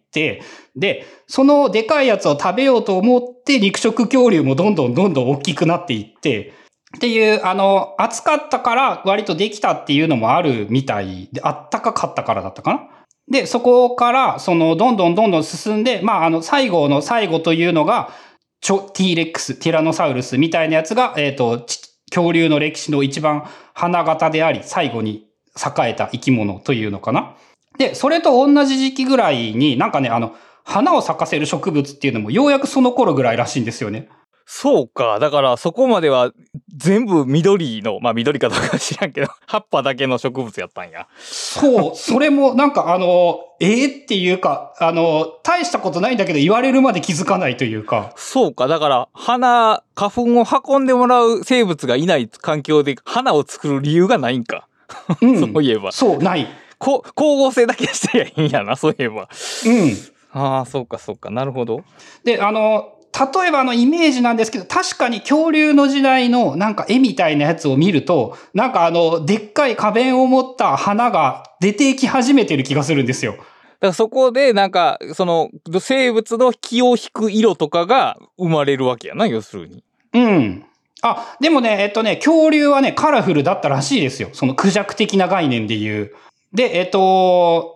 で、そのでかいやつを食べようと思って肉食恐竜もどんどん大きくなっていって、っていう、暑かったから割とできたっていうのもあるみたいで、暖かかったからだったかな。で、そこから、どんどん進んで、まあ、最後の最後というのが、T レックス、ティラノサウルスみたいなやつが、恐竜の歴史の一番花形であり、最後に栄えた生き物というのかな。で、それと同じ時期ぐらいになんかね、花を咲かせる植物っていうのもようやくその頃ぐらいらしいんですよね。 そうか。だからそこまでは全部緑の、まあ緑かどうか知らんけど、葉っぱだけの植物やったんや。 そう、それもなんかっていうか、大したことないんだけど言われるまで気づかないというか。 そうか。だから花粉を運んでもらう生物がいない環境で花を作る理由がないんか。 うん、 そういえば。 そう、ない。 光合成だけしてりゃいいんやな、そういえば。ああ、そうか。なるほど。 で、例えばイメージなんですけど、確かに恐竜の時代のなんか絵みたいなやつを見ると、なんかでっかい花弁を持った花が出てき始めてる気がするんですよ。 だからそこでなんか、生物の気を引く色とかが生まれるわけやな、要するに。 うん。あ、でもね、恐竜はね、カラフルだったらしいですよ。クジャク的な概念で言う。で、そう、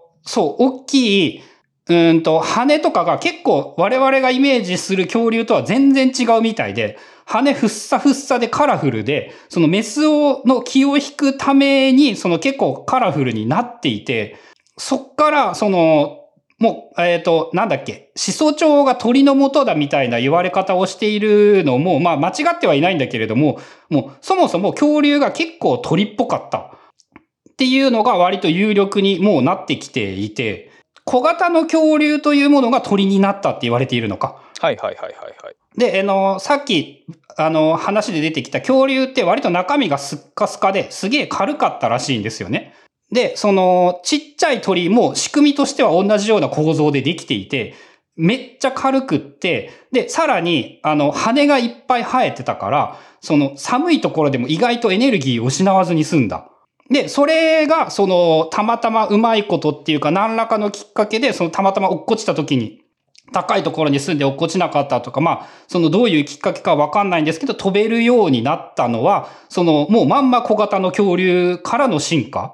大きい、羽とかが結構我々がイメージする恐竜とは全然違うみたいで、羽ふっさでカラフルで、メスの気を引くために、結構カラフルになっていて、そっから、もう、なんだっけ、始祖鳥が鳥の元だみたいな言われ方をしているのも、まあ間違ってはいないんだけれども、もうそもそも恐竜が結構鳥っぽかったっていうのが割と有力にもうなってきていて、小型の恐竜というものが鳥になったって言われているのか。 はい。 で、さっき、話で出てきた恐竜って割と中身がスッカスカですげえ軽かったらしいんですよね。で、ちっちゃい鳥も仕組みとしては同じような構造でできていて、めっちゃ軽くって、で、さらに、羽がいっぱい生えてたから、寒いところでも意外とエネルギーを失わずに済んだ。 で、それが、たまたまうまいことっていうか、何らかのきっかけで、たまたま落っこちた時に、高いところに住んで落っこちなかったとか、まあ、どういうきっかけかわかんないんですけど、飛べるようになったのは、もうまんま小型の恐竜からの進化。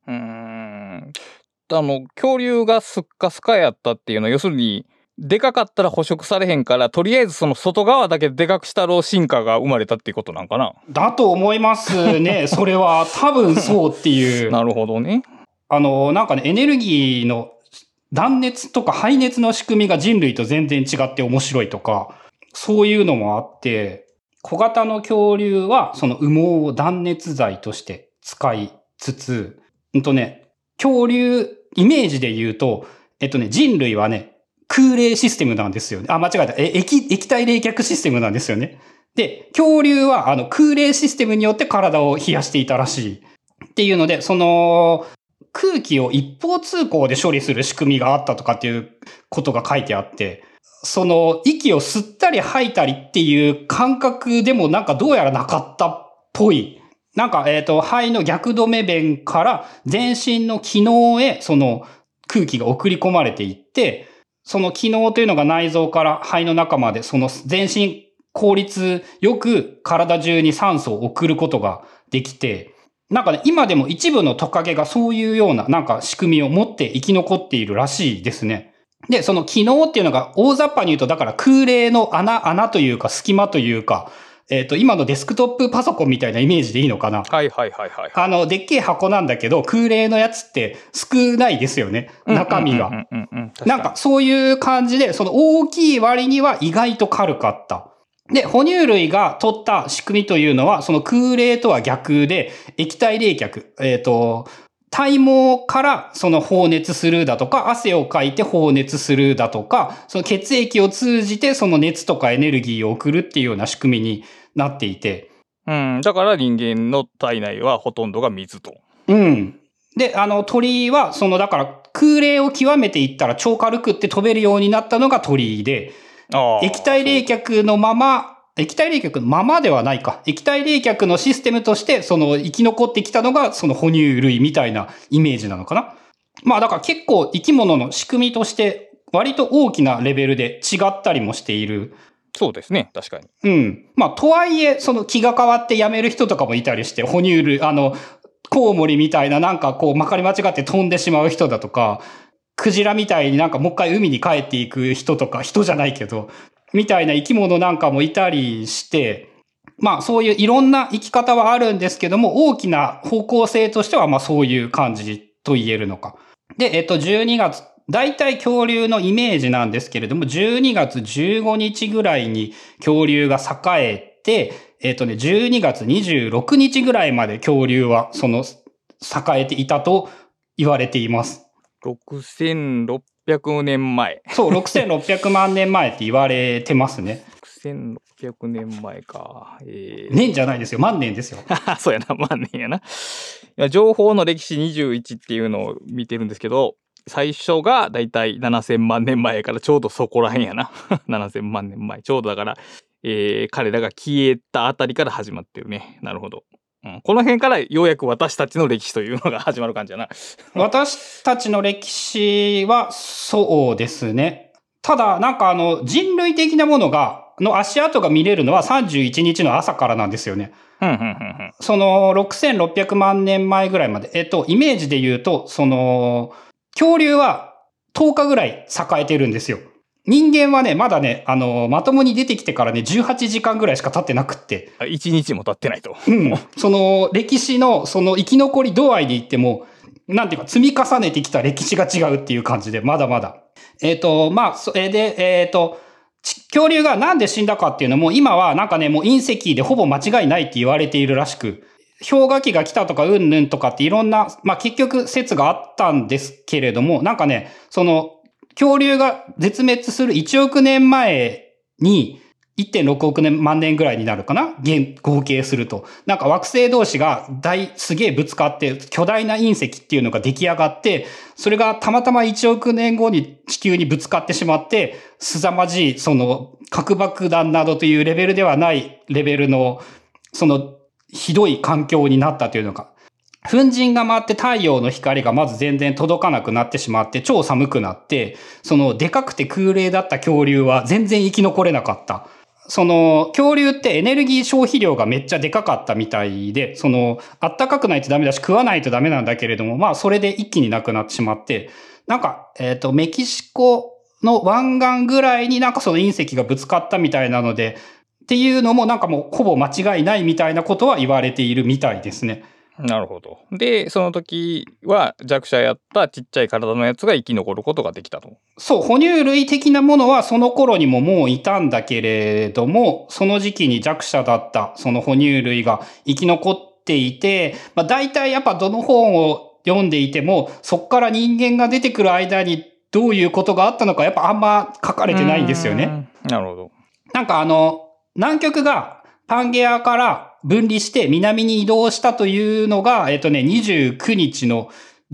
恐竜がスッカスカやったっていうのは、要するに、でかかったら捕食されへんから、とりあえずその外側だけでかくしたろう進化が生まれたっていうことなんかな。 だと思いますね。それは多分そうっていう。 なるほどね。 なんかね、エネルギーの断熱とか排熱の仕組みが人類と全然違って面白いとか、そういうのもあって、小型の恐竜はその羽毛を断熱材として使いつつ、恐竜、イメージで言うと、人類はね、空冷システムなんですよね。間違えた。液体冷却システムなんですよね。で、恐竜は空冷システムによって体を冷やしていたらしい。っていうので、空気を一方通行で処理する仕組みがあったとかっていうことが書いてあって、息を吸ったり吐いたりっていう感覚でもなんかどうやらなかったっぽい。なんか、肺の逆止め弁から全身の機能へ空気が送り込まれていって、その機能というのが内臓から肺の中まで全身効率よく体中に酸素を送ることができて、なんかね、今でも一部のトカゲがそういうようななんか仕組みを持って生き残っているらしいですね。で、その機能っていうのが大雑把に言うと、だから空冷の穴というか隙間というか、今のデスクトップパソコンみたいなイメージでいいのかな。 はいはいはいはい。 でっけえ箱なんだけど、空冷のやつって少ないですよね。中身が。なんかそういう感じで、大きい割には意外と軽かった。で、哺乳類が取った仕組みというのは、その空冷とは逆で、液体冷却。体毛から放熱するだとか、汗をかいて放熱するだとか、その血液を通じてその熱とかエネルギーを送るっていうような仕組みになっていて。 だから人間の体内はほとんどが水と。 で、鳥は、だから空冷を極めていったら超軽くって飛べるようになったのが鳥で、液体冷却のままではないか。液体冷却のシステムとして、生き残ってきたのが、哺乳類みたいなイメージなのかな。まあ、だから結構生き物の仕組みとして、割と大きなレベルで違ったりもしている。 そうですね、確かに。 まあ、とはいえ、気が変わって辞める人とかもいたりして、哺乳類、コウモリみたいななんかこう、まかり間違って飛んでしまう人だとか、クジラみたいになんかもう一回海に帰っていく人とか、人じゃないけど、みたいな生き物なんかもいたりして、まあそういういろんな生き方はあるんですけども、大きな方向性としてはまあそういう感じと言えるのか。で、12月、大体恐竜のイメージなんですけれども、12月15日ぐらいに恐竜が栄えて、12月26日ぐらいまで恐竜は栄えていたと言われています。 6600年前。 そう、6600万年前って言われてますね。 6600年前か。 年じゃないですよ。万年ですよ。 そうやな、万年やな。いや、情報の歴史21っていうのを見てるんですけど、最初がだいたい7000万年前からちょうどそこらへんやな。7000万年前。ちょうどだから、彼らが消えたあたりから始まってるね。なるほど。この辺からようやく私たちの歴史というのが始まる感じやな。 私たちの歴史はそうですね。ただ、なんか人類的なものの足跡が見れるのは31日の朝からなんですよね。6600万年前ぐらいまで。イメージで言うと、恐竜は10日ぐらい栄えてるんですよ。人間はね、まだね、まともに出てきてからね、18時間ぐらいしか経ってなくって。 1日も経ってないと。 歴史の、生き残り度合いで言っても、なんていうか、積み重ねてきた歴史が違うっていう感じで、まだまだ。まあ、それで、恐竜がなんで死んだかっていうのも、今はなんかね、もう隕石でほぼ間違いないって言われているらしく、氷河期が来たとかうんぬんとかっていろんな、まあ結局説があったんですけれども、なんかね、恐竜が絶滅する1億年前に 1.6 億万年ぐらいになるかな合計すると。なんか惑星同士がすげえぶつかって巨大な隕石っていうのが出来上がって、それがたまたま1億年後に地球にぶつかってしまって、凄まじい核爆弾などというレベルではないレベルのひどい環境になったというのが粉塵が回って太陽の光がまず全然届かなくなってしまって超寒くなって、そのでかくて空冷だった恐竜は全然生き残れなかった。その恐竜ってエネルギー消費量がめっちゃでかかったみたいで、そのあったかくないとダメだし食わないとダメなんだけれども、まあそれで一気になくなってしまって、なんか、メキシコの湾岸ぐらいになんかその隕石がぶつかったみたいなので、っていうのもなんかもうほぼ間違いないみたいなことは言われているみたいですね。 なるほど。で、その時は弱者やったちっちゃい体のやつが生き残ることができたと。 そう、哺乳類的なものはその頃にももういたんだけれども、その時期に弱者だったその哺乳類が生き残っていて、まあ大体やっぱどの本を読んでいても、そっから人間が出てくる間にどういうことがあったのかやっぱあんま書かれてないんですよね。 なるほど。 なんか南極がパンゲアから分離して南に移動したというのが、29日の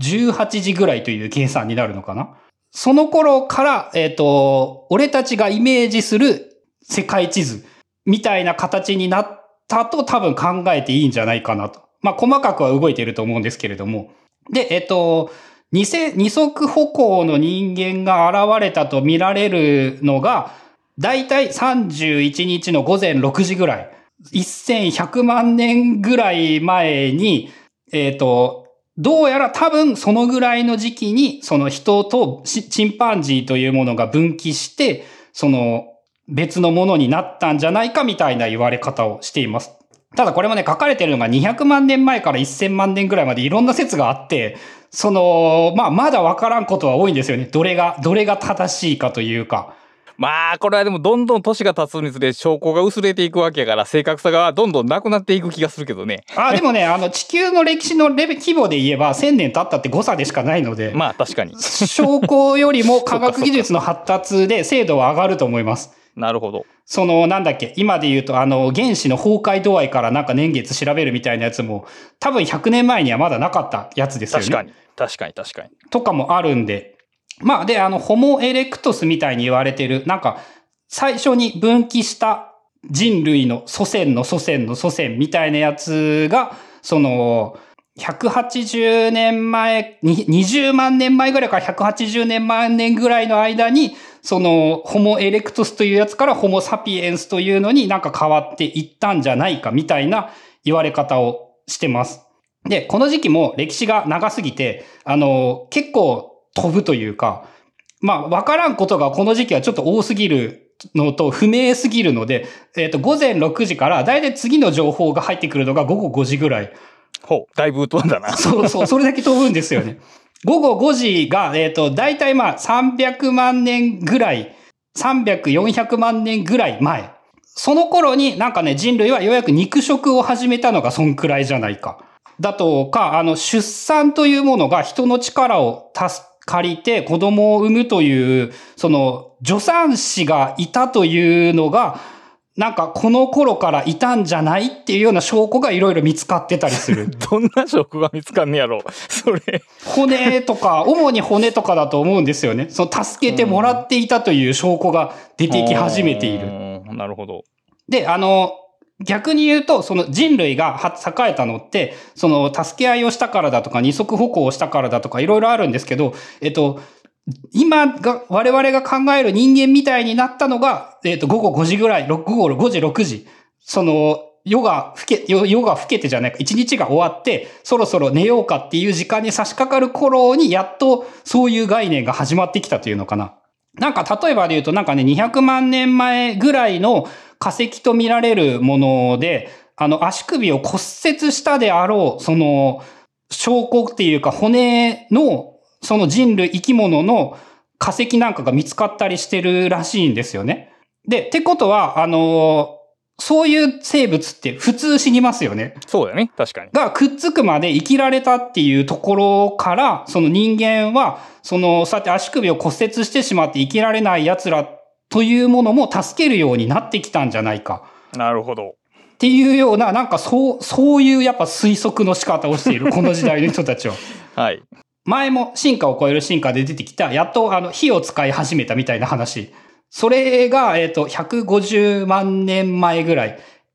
18時ぐらいという計算になるのかな。その頃から、俺たちがイメージする世界地図みたいな形になったと多分考えていいんじゃないかなと。まあ、細かくは動いていると思うんですけれども。で、二足歩行の人間が現れたと見られるのが、だいたい31日の午前6時ぐらい。1100万年ぐらい前に、どうやら多分そのぐらいの時期に、その人とチンパンジーというものが分岐して、その別のものになったんじゃないかみたいな言われ方をしています。ただこれもね、書かれているのが200万年前から1000万年ぐらいまでいろんな説があって、まだわからんことは多いんですよね。どれが正しいかというか。 まあこれはでもどんどん年が経つにつれ証拠が薄れていくわけやから正確さがどんどんなくなっていく気がするけどね。 でもね、地球の歴史の規模で言えば1000年経ったって誤差でしかないので。 まあ確かに。 証拠よりも科学技術の発達で精度は上がると思います。 なるほど。 なんだっけ、今で言うと原子の崩壊度合いからなんか年月調べるみたいなやつも多分100年前にはまだなかったやつですよね。 確かに。 とかもあるんで。まあ、で、ホモエレクトスみたいに言われてる、なんか、最初に分岐した人類の祖先の祖先の祖先みたいなやつが、180年前、20万年前ぐらいから180万年ぐらいの間に、ホモエレクトスというやつからホモサピエンスというのになんか変わっていったんじゃないかみたいな言われ方をしてます。で、この時期も歴史が長すぎて、結構、飛ぶというか、まあ、わからんことがこの時期はちょっと多すぎるのと不明すぎるので、午前6時からだいたい次の情報が入ってくるのが午後5時ぐらい。 だいぶ飛んだな。 そう、それだけ飛ぶんですよね。午後5時が、だいたいまあ300万年ぐらい、300、400万年ぐらい前。その頃になんかね、人類はようやく肉食を始めたのがそんくらいじゃないか。だとか、出産というものが人の力を借りて子供を産むという、助産師がいたというのが、なんかこの頃からいたんじゃないっていうような証拠がいろいろ見つかってたりする。 どんな証拠が見つかんねやろそれ。 骨とか、主に骨とかだと思うんですよね。助けてもらっていたという証拠が出てき始めている。 なるほど。 で、逆に言うと、人類が栄えたのって、助け合いをしたからだとか、二足歩行をしたからだとか、いろいろあるんですけど、我々が考える人間みたいになったのが、午後5時ぐらい、午後5時、6時。夜が更けてじゃないか、一日が終わって、そろそろ寝ようかっていう時間に差し掛かる頃に、やっとそういう概念が始まってきたというのかな。なんか、例えばで言うと、なんかね、200万年前ぐらいの化石と見られるもので、足首を骨折したであろう、証拠っていうか骨の、人類生き物の化石なんかが見つかったりしてるらしいんですよね。で、ってことは、そういう生物って普通死にますよね。 そうだね、確かに。 がくっつくまで生きられたっていうところから、人間は、そうやって足首を骨折してしまって生きられない奴らというものも助けるようになってきたんじゃないか。 なるほど。 っていうような、なんかそういうやっぱ推測の仕方をしている、この時代の人たちは。 はい。 前も進化を超える進化で出てきた、やっと火を使い始めたみたいな話。それが、150万年前ぐらい。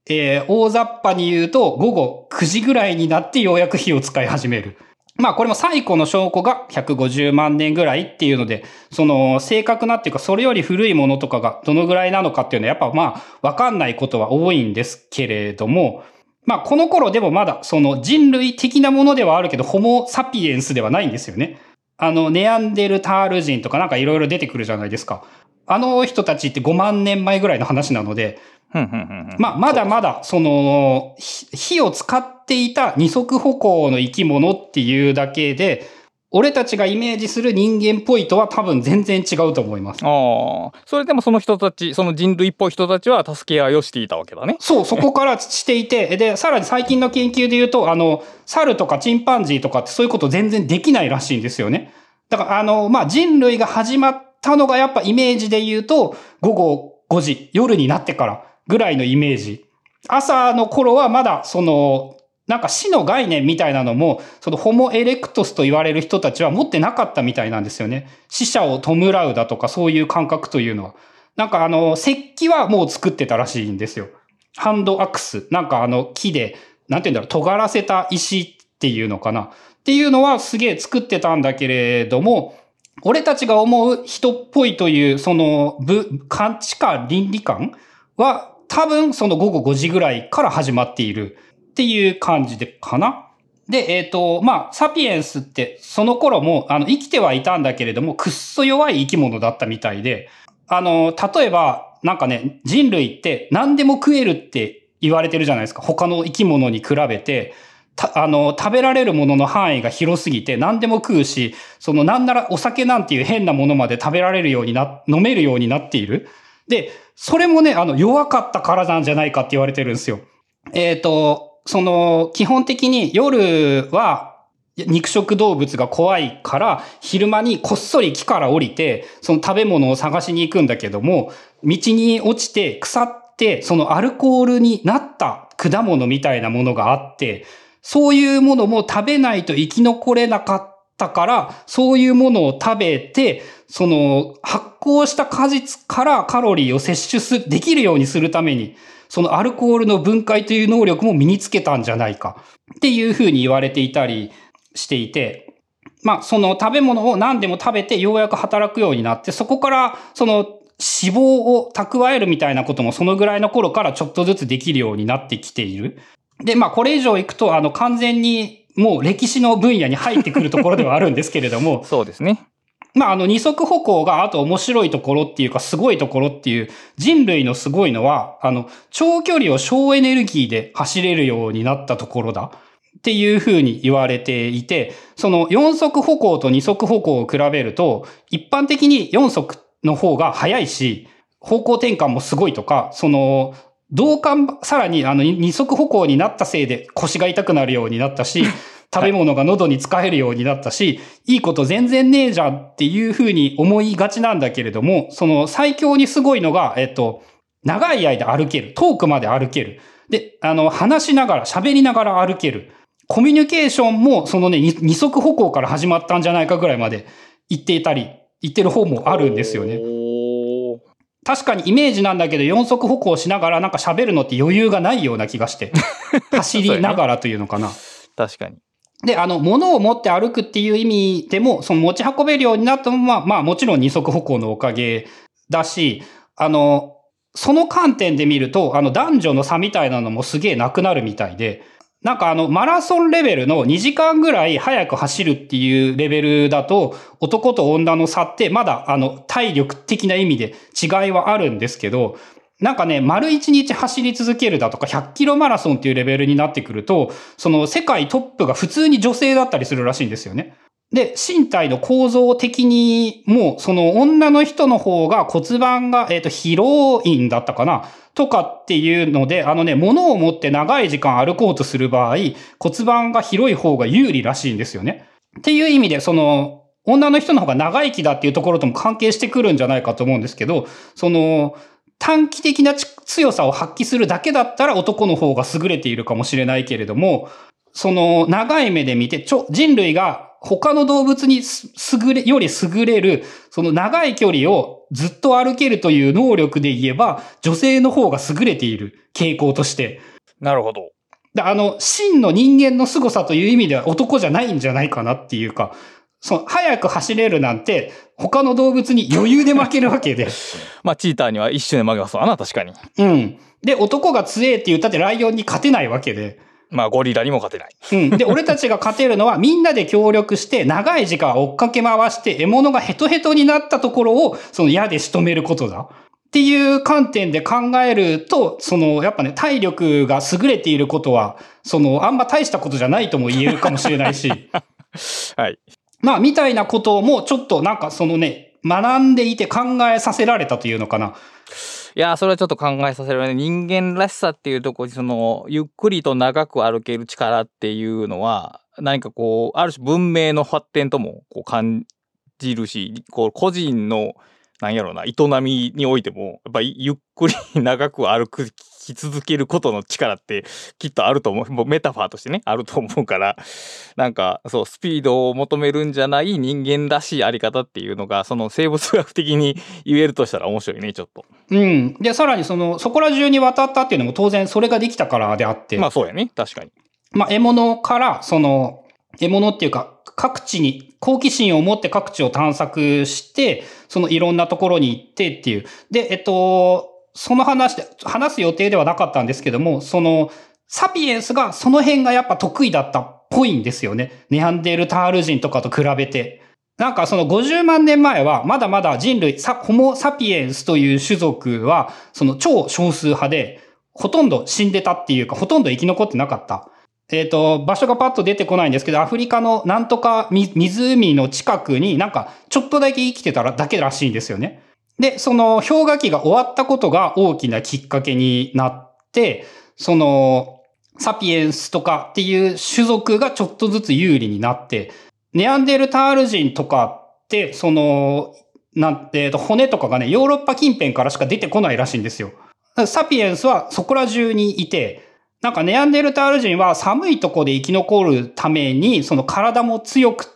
大雑把に言うと午後9時ぐらいになってようやく火を使い始める。まあこれも最古の証拠が150万年ぐらいっていうので、その正確なっていうかそれより古いものとかがどのぐらいなのかっていうのはやっぱまあわかんないことは多いんですけれども、まあこの頃でもまだその人類的なものではあるけどホモサピエンスではないんですよね。ネアンデルタール人とかなんかいろいろ出てくるじゃないですか。あの人たちって5万年前ぐらいの話なので、まあ、まだまだ、火を使っていた二足歩行の生き物っていうだけで、俺たちがイメージする人間っぽいとは多分全然違うと思います。 ああ。それでもその人たち、その人類っぽい人たちは助け合いをしていたわけだね。 そう、そこからしていて、で、さらに最近の研究で言うと、猿とかチンパンジーとかってそういうこと全然できないらしいんですよね。だから、まあ、人類が始まったのがやっぱイメージで言うと、午後5時、夜になってからぐらいのイメージ。朝の頃はまだなんか死の概念みたいなのも、ホモエレクトスと言われる人たちは持ってなかったみたいなんですよね。死者を弔うだとかそういう感覚というのは。なんか石器はもう作ってたらしいんですよ。ハンドアックス。なんか木で、なんて言うんだろう、尖らせた石っていうのかな。っていうのはすげえ作ってたんだけれども、俺たちが思う人っぽいという、価値観、倫理観は、多分その午後5時ぐらいから始まっているっていう感じでかな。で、まあ、サピエンスってその頃も生きてはいたんだけれども、くっそ弱い生き物だったみたいで、例えば、なんかね、人類って何でも食えるって言われてるじゃないですか。他の生き物に比べて、食べられるものの範囲が広すぎて何でも食うし、なんならお酒なんていう変なものまで食べられるように飲めるようになっている。で、それもね、弱かったからなんじゃないかって言われてるんですよ。基本的に夜は肉食動物が怖いから昼間にこっそり木から降りてその食べ物を探しに行くんだけども、道に落ちて腐ってそのアルコールになった果物みたいなものがあって、そういうものも食べないと生き残れなかったから、そういうものを食べて、発酵した果実からカロリーを摂取できるようにするために、そのアルコールの分解という能力も身につけたんじゃないかっていうふうに言われていたりしていて、まあ、その食べ物を何でも食べてようやく働くようになって、そこから脂肪を蓄えるみたいなこともそのぐらいの頃からちょっとずつできるようになってきている。で、まあ、これ以上行くと、完全にもう歴史の分野に入ってくるところではあるんですけれども。 そうですね。 まあ、二足歩行があと面白いところっていうか、すごいところっていう、人類のすごいのは、長距離を省エネルギーで走れるようになったところだ。っていうふうに言われていて、四足歩行と二足歩行を比べると、一般的に四足の方が速いし、方向転換もすごいとか、さらに二足歩行になったせいで腰が痛くなるようになったし、食べ物が喉に使えるようになったし、いいこと全然ねえじゃんっていうふうに思いがちなんだけれども、最強にすごいのが、長い間歩ける。遠くまで歩ける。で、話しながら、喋りながら歩ける。コミュニケーションも、二足歩行から始まったんじゃないかぐらいまで言ってる方もあるんですよね。確かにイメージなんだけど、四足歩行しながらなんか喋るのって余裕がないような気がして。走りながらというのかな。 確かに。 で、物を持って歩くっていう意味でも、持ち運べるようになったのは、まあもちろん二足歩行のおかげだし、その観点で見ると、男女の差みたいなのもすげえなくなるみたいで、なんかマラソンレベルの2時間ぐらい早く走るっていうレベルだと、男と女の差ってまだ体力的な意味で違いはあるんですけど、なんかね、丸1日走り続けるだとか100キロマラソンっていうレベルになってくると、世界トップが普通に女性だったりするらしいんですよね。で、身体の構造的にも、女の人の方が骨盤が、広いんだったかなとかっていうので、物を持って長い時間歩こうとする場合、骨盤が広い方が有利らしいんですよね。っていう意味で、女の人の方が長生きだっていうところとも関係してくるんじゃないかと思うんですけど、短期的な強さを発揮するだけだったら男の方が優れているかもしれないけれども、長い目で見て、人類が他の動物により優れる、その長い距離をずっと歩けるという能力で言えば、女性の方が優れている傾向として。 なるほど。 真の人間の凄さという意味では男じゃないんじゃないかなっていうか、速く走れるなんて、他の動物に余裕で負けるわけで。 まあ、チーターには一瞬で負けますわな、確かに。 うん。で、男が強えって言ったってライオンに勝てないわけで。 まあ、ゴリラにも勝てない。 うん。で、俺たちが勝てるのはみんなで協力して長い時間追っかけ回して獲物がヘトヘトになったところをその矢で仕留めることだ。っていう観点で考えると、やっぱね、体力が優れていることは、あんま大したことじゃないとも言えるかもしれないし。 はい。 まあ、みたいなこともちょっとなんか学んでいて考えさせられたというのかな。 いや、それはちょっと考えさせられるね。人間らしさっていうところに、ゆっくりと長く歩ける力っていうのは、何かこう、ある種文明の発展ともこう感じるし、こう、個人の、なんやろうな、営みにおいても、やっぱりゆっくり長く歩き続けることの力ってきっとあると思う。もうメタファーとしてね、あると思うから、なんか、そう、スピードを求めるんじゃない人間らしいあり方っていうのが、生物学的に言えるとしたら面白いね、ちょっと。 うん。で、さらにそこら中に渡ったっていうのも当然それができたからであって。 まあそうやね、確かに。 まあ獲物から、獲物っていうか、各地に、好奇心を持って各地を探索して、いろんなところに行ってっていう。で、その話す予定ではなかったんですけども、サピエンスがその辺がやっぱ得意だったっぽいんですよね。ネアンデルタール人とかと比べて。なんか50万年前はまだまだ人類、ホモサピエンスという種族は、超少数派で、ほとんど死んでたっていうか、ほとんど生き残ってなかった。場所がパッと出てこないんですけど、アフリカのなんとか湖の近くになんかちょっとだけ生きてただけらしいんですよね。で、氷河期が終わったことが大きなきっかけになって、サピエンスとかっていう種族がちょっとずつ有利になって、ネアンデルタール人とかって、骨とかがね、ヨーロッパ近辺からしか出てこないらしいんですよ。サピエンスはそこら中にいて、なんかネアンデルタール人は寒いとこで生き残るために、体も強くって、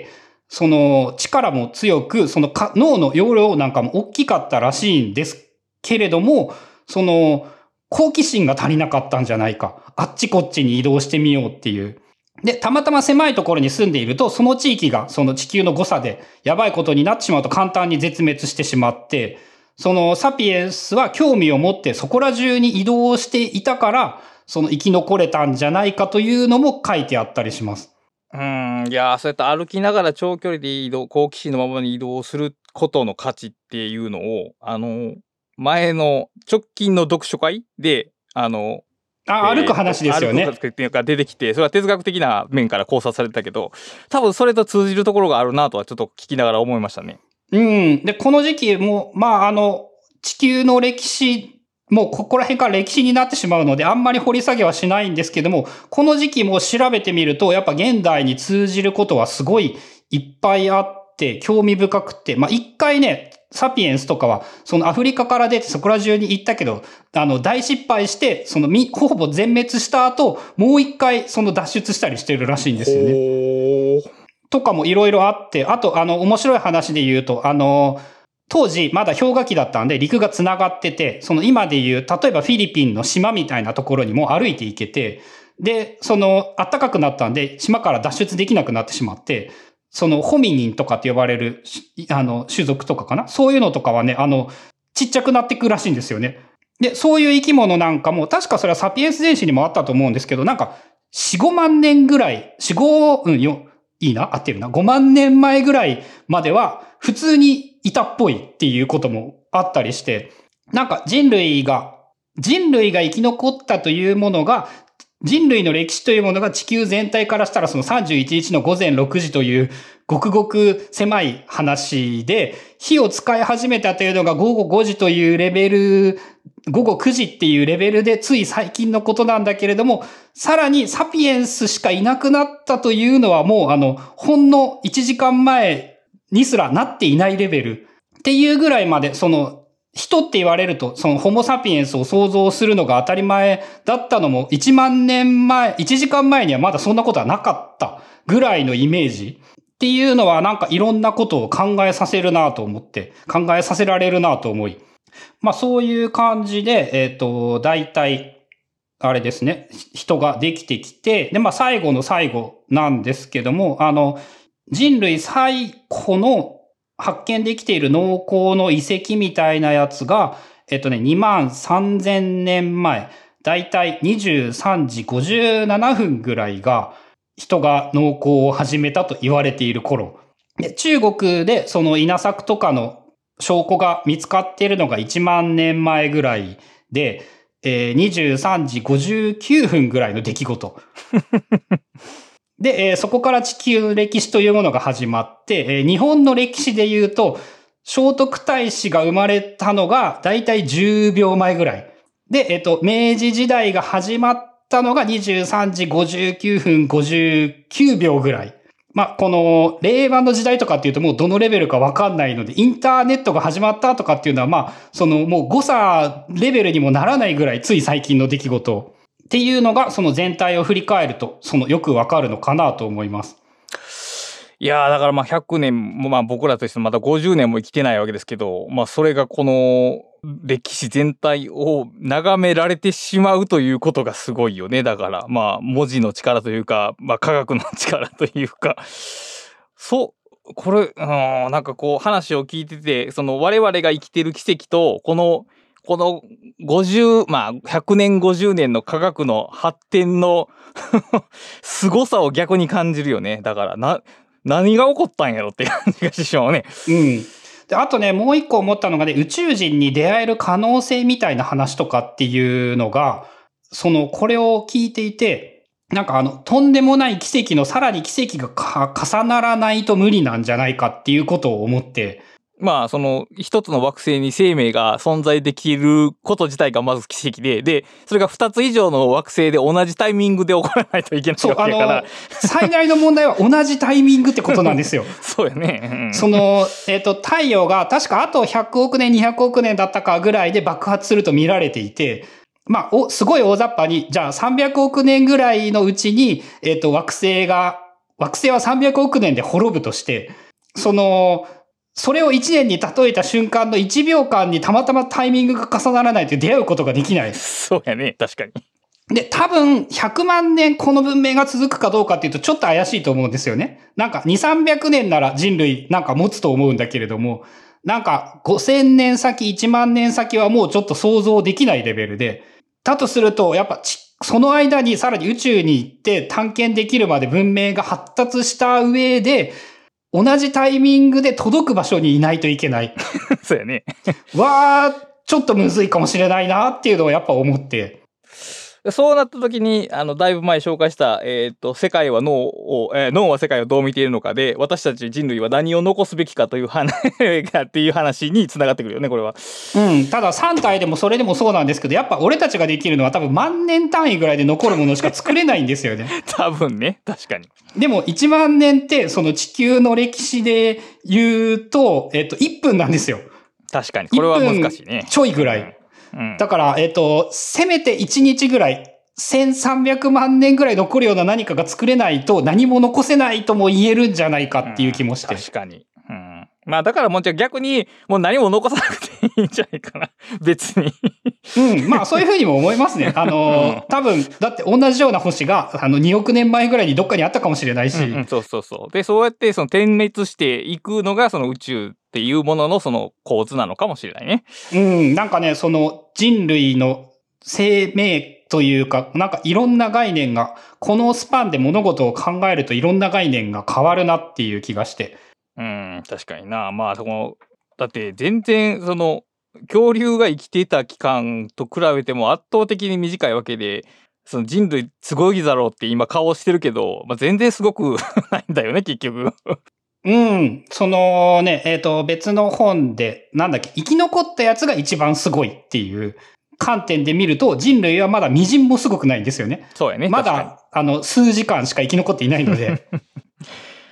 力も強く、脳の容量なんかも大きかったらしいんですけれども、好奇心が足りなかったんじゃないか。あっちこっちに移動してみようっていう。で、たまたま狭いところに住んでいると、その地域が地球の誤差でやばいことになってしまうと簡単に絶滅してしまって、サピエンスは興味を持ってそこら中に移動していたから、生き残れたんじゃないかというのも書いてあったりします。 いや、そうやって歩きながら長距離で好奇心のままに移動することの価値っていうのを、前の直近の読書会で、 歩く話ですよね。 歩くっていうか出てきて、それは哲学的な面から考察されてたけど、多分それと通じるところがあるなとはちょっと聞きながら思いましたね。 うん。で、この時期も、まあ、地球の歴史、もうここら辺から歴史になってしまうので、あんまり掘り下げはしないんですけども、この時期も調べてみると、やっぱ現代に通じることはすごいいっぱいあって、興味深くて、まあ一回ね、サピエンスとかは、アフリカから出てそこら中に行ったけど、大失敗して、ほぼ全滅した後、もう一回脱出したりしてるらしいんですよね。とかもいろいろあって、あと、面白い話で言うと、当時まだ氷河期だったんで陸が繋がってて、今で言う、例えばフィリピンの島みたいなところにも歩いて行けて、で、暖かくなったんで、島から脱出できなくなってしまって、ホミニンとかって呼ばれる、種族とかかな、そういうのとかはね、ちっちゃくなっていくらしいんですよね。で、そういう生き物なんかも、確かそれはサピエンス全史にもあったと思うんですけど、なんか、4、5万年ぐらい、いいな、合ってるな。5万年前ぐらいまでは、普通にいたっぽいっていうこともあったりして、なんか人類が生き残ったというものが、人類の歴史というものが地球全体からしたら31日の午前6時というごくごく狭い話で、火を使い始めたというのが午後5時というレベル、午後9時っていうレベルでつい最近のことなんだけれども、さらにサピエンスしかいなくなったというのはもうほんの1時間前にすらなっていないレベルっていうぐらいまで人って言われると、そのホモサピエンスを想像するのが当たり前だったのも1万年前、1時間前にはまだそんなことはなかったぐらいのイメージっていうのはなんかいろんなことを考えさせるなと思って、考えさせられるなと思い。まあそういう感じで、大体、あれですね、人ができてきて、で、まあ最後の最後なんですけども、人類最古の発見できている農耕の遺跡みたいなやつが、2万3000年前、だいたい23時57分ぐらいが、人が農耕を始めたと言われている頃。で、中国でその稲作とかの証拠が見つかっているのが1万年前ぐらいで、23時59分ぐらいの出来事。で、そこから地球の歴史というものが始まって、日本の歴史で言うと、聖徳太子が生まれたのがだいたい10秒前ぐらい。で、明治時代が始まったのが23時59分59秒ぐらい。まあ、この、令和の時代とかっていうともうどのレベルかわかんないので、インターネットが始まったとかっていうのはまあ、そのもう誤差レベルにもならないぐらいつい最近の出来事っていうのがその全体を振り返ると、そのよくわかるのかなと思います。 いやー、だからまあ100年もまあ僕らとしてまだ50年も生きてないわけですけど、まあそれがこの歴史全体を眺められてしまうということがすごいよね。だからまあ文字の力というか、まあ科学の力というか、これ、なんかこう話を聞いてて、その我々が生きてる奇跡と、このまあ100年50年の科学の発展の凄さを逆に感じるよね。だから何が起こったんやろって感じがしてしまうね。 うん。で、あとね、もう一個思ったのがね、宇宙人に出会える可能性みたいな話とかっていうのが、これを聞いていて、なんかとんでもない奇跡のさらに奇跡が重ならないと無理なんじゃないかっていうことを思って、 まあ、その一つの惑星に生命が存在できること自体がまず奇跡で、それが2つ以上の惑星で同じタイミングで起こらないといけないわけだから。 最大の問題は同じタイミングってことなんですよ。 そうよね。 太陽が確かあと100億年、200億年だったかぐらいで爆発すると見られていて、まあ、すごい大雑把に、じゃあ300億年ぐらいのうちに、惑星は300億年で滅ぶとして、それを1年に例えた瞬間の1秒間にたまたまタイミングが重ならないと出会うことができない。 そうやね、確かに。 で、多分100万年この文明が続くかどうかっていうとちょっと怪しいと思うんですよね。なんか2、300年なら人類なんか持つと思うんだけれども、なんか5000年先、1万年先はもうちょっと想像できないレベルで、だとするとやっぱその間にさらに宇宙に行って探検できるまで文明が発達した上で、同じタイミングで届く場所にいないといけない。 そうやね。 ちょっとむずいかもしれないなっていうのをやっぱ思って。 そうなった時に、だいぶ前紹介した、世界は脳は世界をどう見ているのかで、私たち人類は何を残すべきかというっていう話に繋がってくるよね、これは。 うん。ただ3体でもそれでもそうなんですけど、やっぱ俺たちができるのは多分万年単位ぐらいで残るものしか作れないんですよね。 多分ね、確かに。 でも1万年ってその地球の歴史で言うと、1分なんですよ。 確かに。これは難しいね。 ちょいぐらい。だから、せめて1日ぐらい、1300万年ぐらい残るような何かが作れないと何も残せないとも言えるんじゃないかっていう気もして。 確かに。まあだからもう逆にもう何も残さなくていいんじゃないかな。別に。 まあそういうふうにも思いますね。多分、だって同じような星が2億年前ぐらいにどっかにあったかもしれないし。 そう。で、そうやってその点滅していくのがその宇宙っていうもののその構図なのかもしれないね。 なんかね、その人類の生命というか、なんかいろんな概念が、このスパンで物事を考えるといろんな概念が変わるなっていう気がして。 確かにな。まあだって全然その恐竜が生きていた期間と比べても圧倒的に短いわけで、その人類すごいだろうって今顔してるけど、まあ、全然すごくないんだよね、結局。 そのね、別の本で、なんだっけ、生き残ったやつが一番すごいっていう観点で見ると、人類はまだ微塵もすごくないんですよね。 そうやね。 まだ、数時間しか生き残っていないので。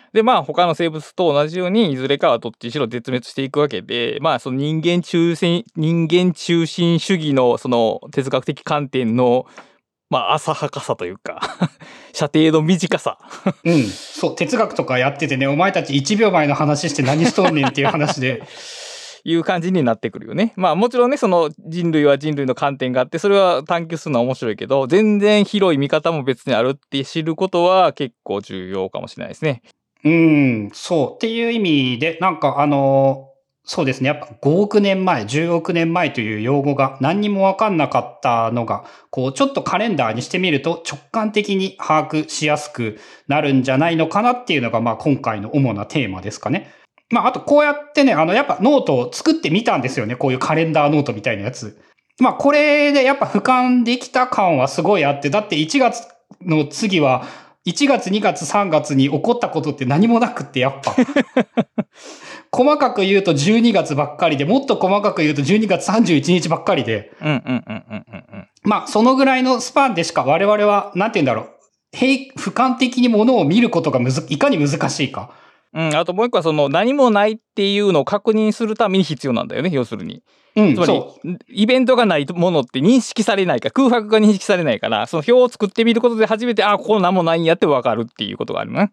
で、まあ他の生物と同じようにいずれかはどっちにしろ絶滅していくわけで、まあその人間中心主義のその哲学的観点のまあ浅はかさというか射程の短さうん。そう、哲学とかやっててね、お前たち1秒前の話して何しとんねんっていう話で。 いう感じになってくるよね。まあもちろんね、その人類は人類の観点があって、それは探求するのは面白いけど、全然広い見方も別にあるって知ることは結構重要かもしれないですね。 そう。っていう意味で、なんかそうですね。やっぱ5億年前、10億年前という用語が何にもわかんなかったのが、こう、ちょっとカレンダーにしてみると直感的に把握しやすくなるんじゃないのかなっていうのが、まあ今回の主なテーマですかね。まああとこうやってね、やっぱノートを作ってみたんですよね。こういうカレンダーノートみたいなやつ。まあこれでやっぱ俯瞰できた感はすごいあって、だって1月の次は、1月、2月、3月に起こったことって何もなくって、やっぱ。細かく言うと12月ばっかりで、もっと細かく言うと12月31日ばっかりで。まあ、そのぐらいのスパンでしか我々は、なんて言うんだろう。俯瞰的に物を見ることがいかに難しいか。 あともう一個はその何もないっていうのを確認するために必要なんだよね、要するに。つまり、イベントがないものって認識されないから、空白が認識されないから、その表を作ってみることで初めて、ここ何もないんやってわかるっていうことがあるね。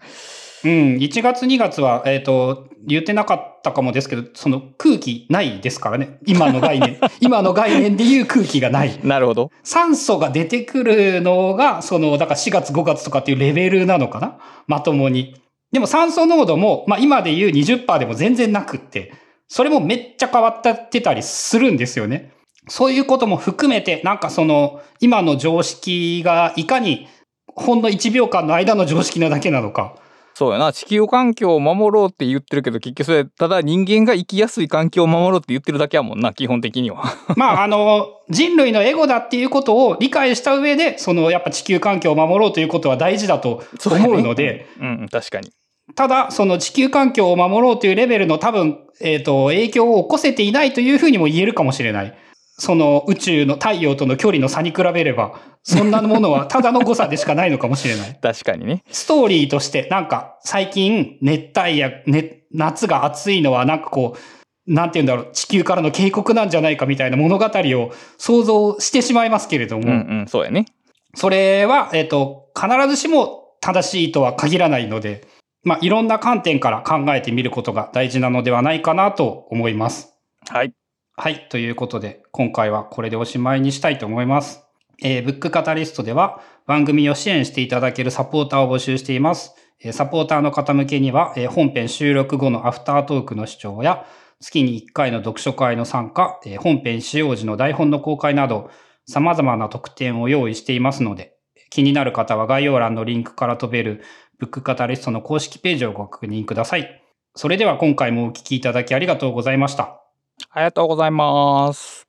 1月2月は、言ってなかったかもですけど、その空気ないですからね。今の概念。今の概念でいう空気がない。 なるほど。 酸素が出てくるのが、だから4月5月とかっていうレベルなのかな、まともに。でも酸素濃度も、まあ今でいう 20% でも全然なくって、それもめっちゃ変わってたりするんですよね。そういうことも含めて、なんか今の常識がいかにほんの1秒間の間の常識なだけなのか。 そうやな。地球環境を守ろうって言ってるけど、結局それ、ただ人間が生きやすい環境を守ろうって言ってるだけやもんな、基本的には。 まあ、人類のエゴだっていうことを理解した上で、やっぱ地球環境を守ろうということは大事だと思うので。 確かに。 ただ、地球環境を守ろうというレベルの多分、影響を起こせていないというふうにも言えるかもしれない。宇宙の太陽との距離の差に比べれば、そんなものはただの誤差でしかないのかもしれない。 確かにね。 ストーリーとして、なんか、最近、夏が暑いのは、なんかこう、なんて言うんだろう、地球からの警告なんじゃないかみたいな物語を想像してしまいますけれども。 そうやね。 それは、必ずしも正しいとは限らないので、まあ、いろんな観点から考えてみることが大事なのではないかなと思います。 はい。 はい。ということで、今回はこれでおしまいにしたいと思います。ブックカタリストでは番組を支援していただけるサポーターを募集しています。サポーターの方向けには、本編収録後のアフタートークの視聴や、月に1回の読書会の参加、本編使用時の台本の公開など、様々な特典を用意していますので、気になる方は概要欄のリンクから飛べるブックカタリストの公式ページをご確認ください。それでは今回もお聞きいただきありがとうございました。 ありがとうございます。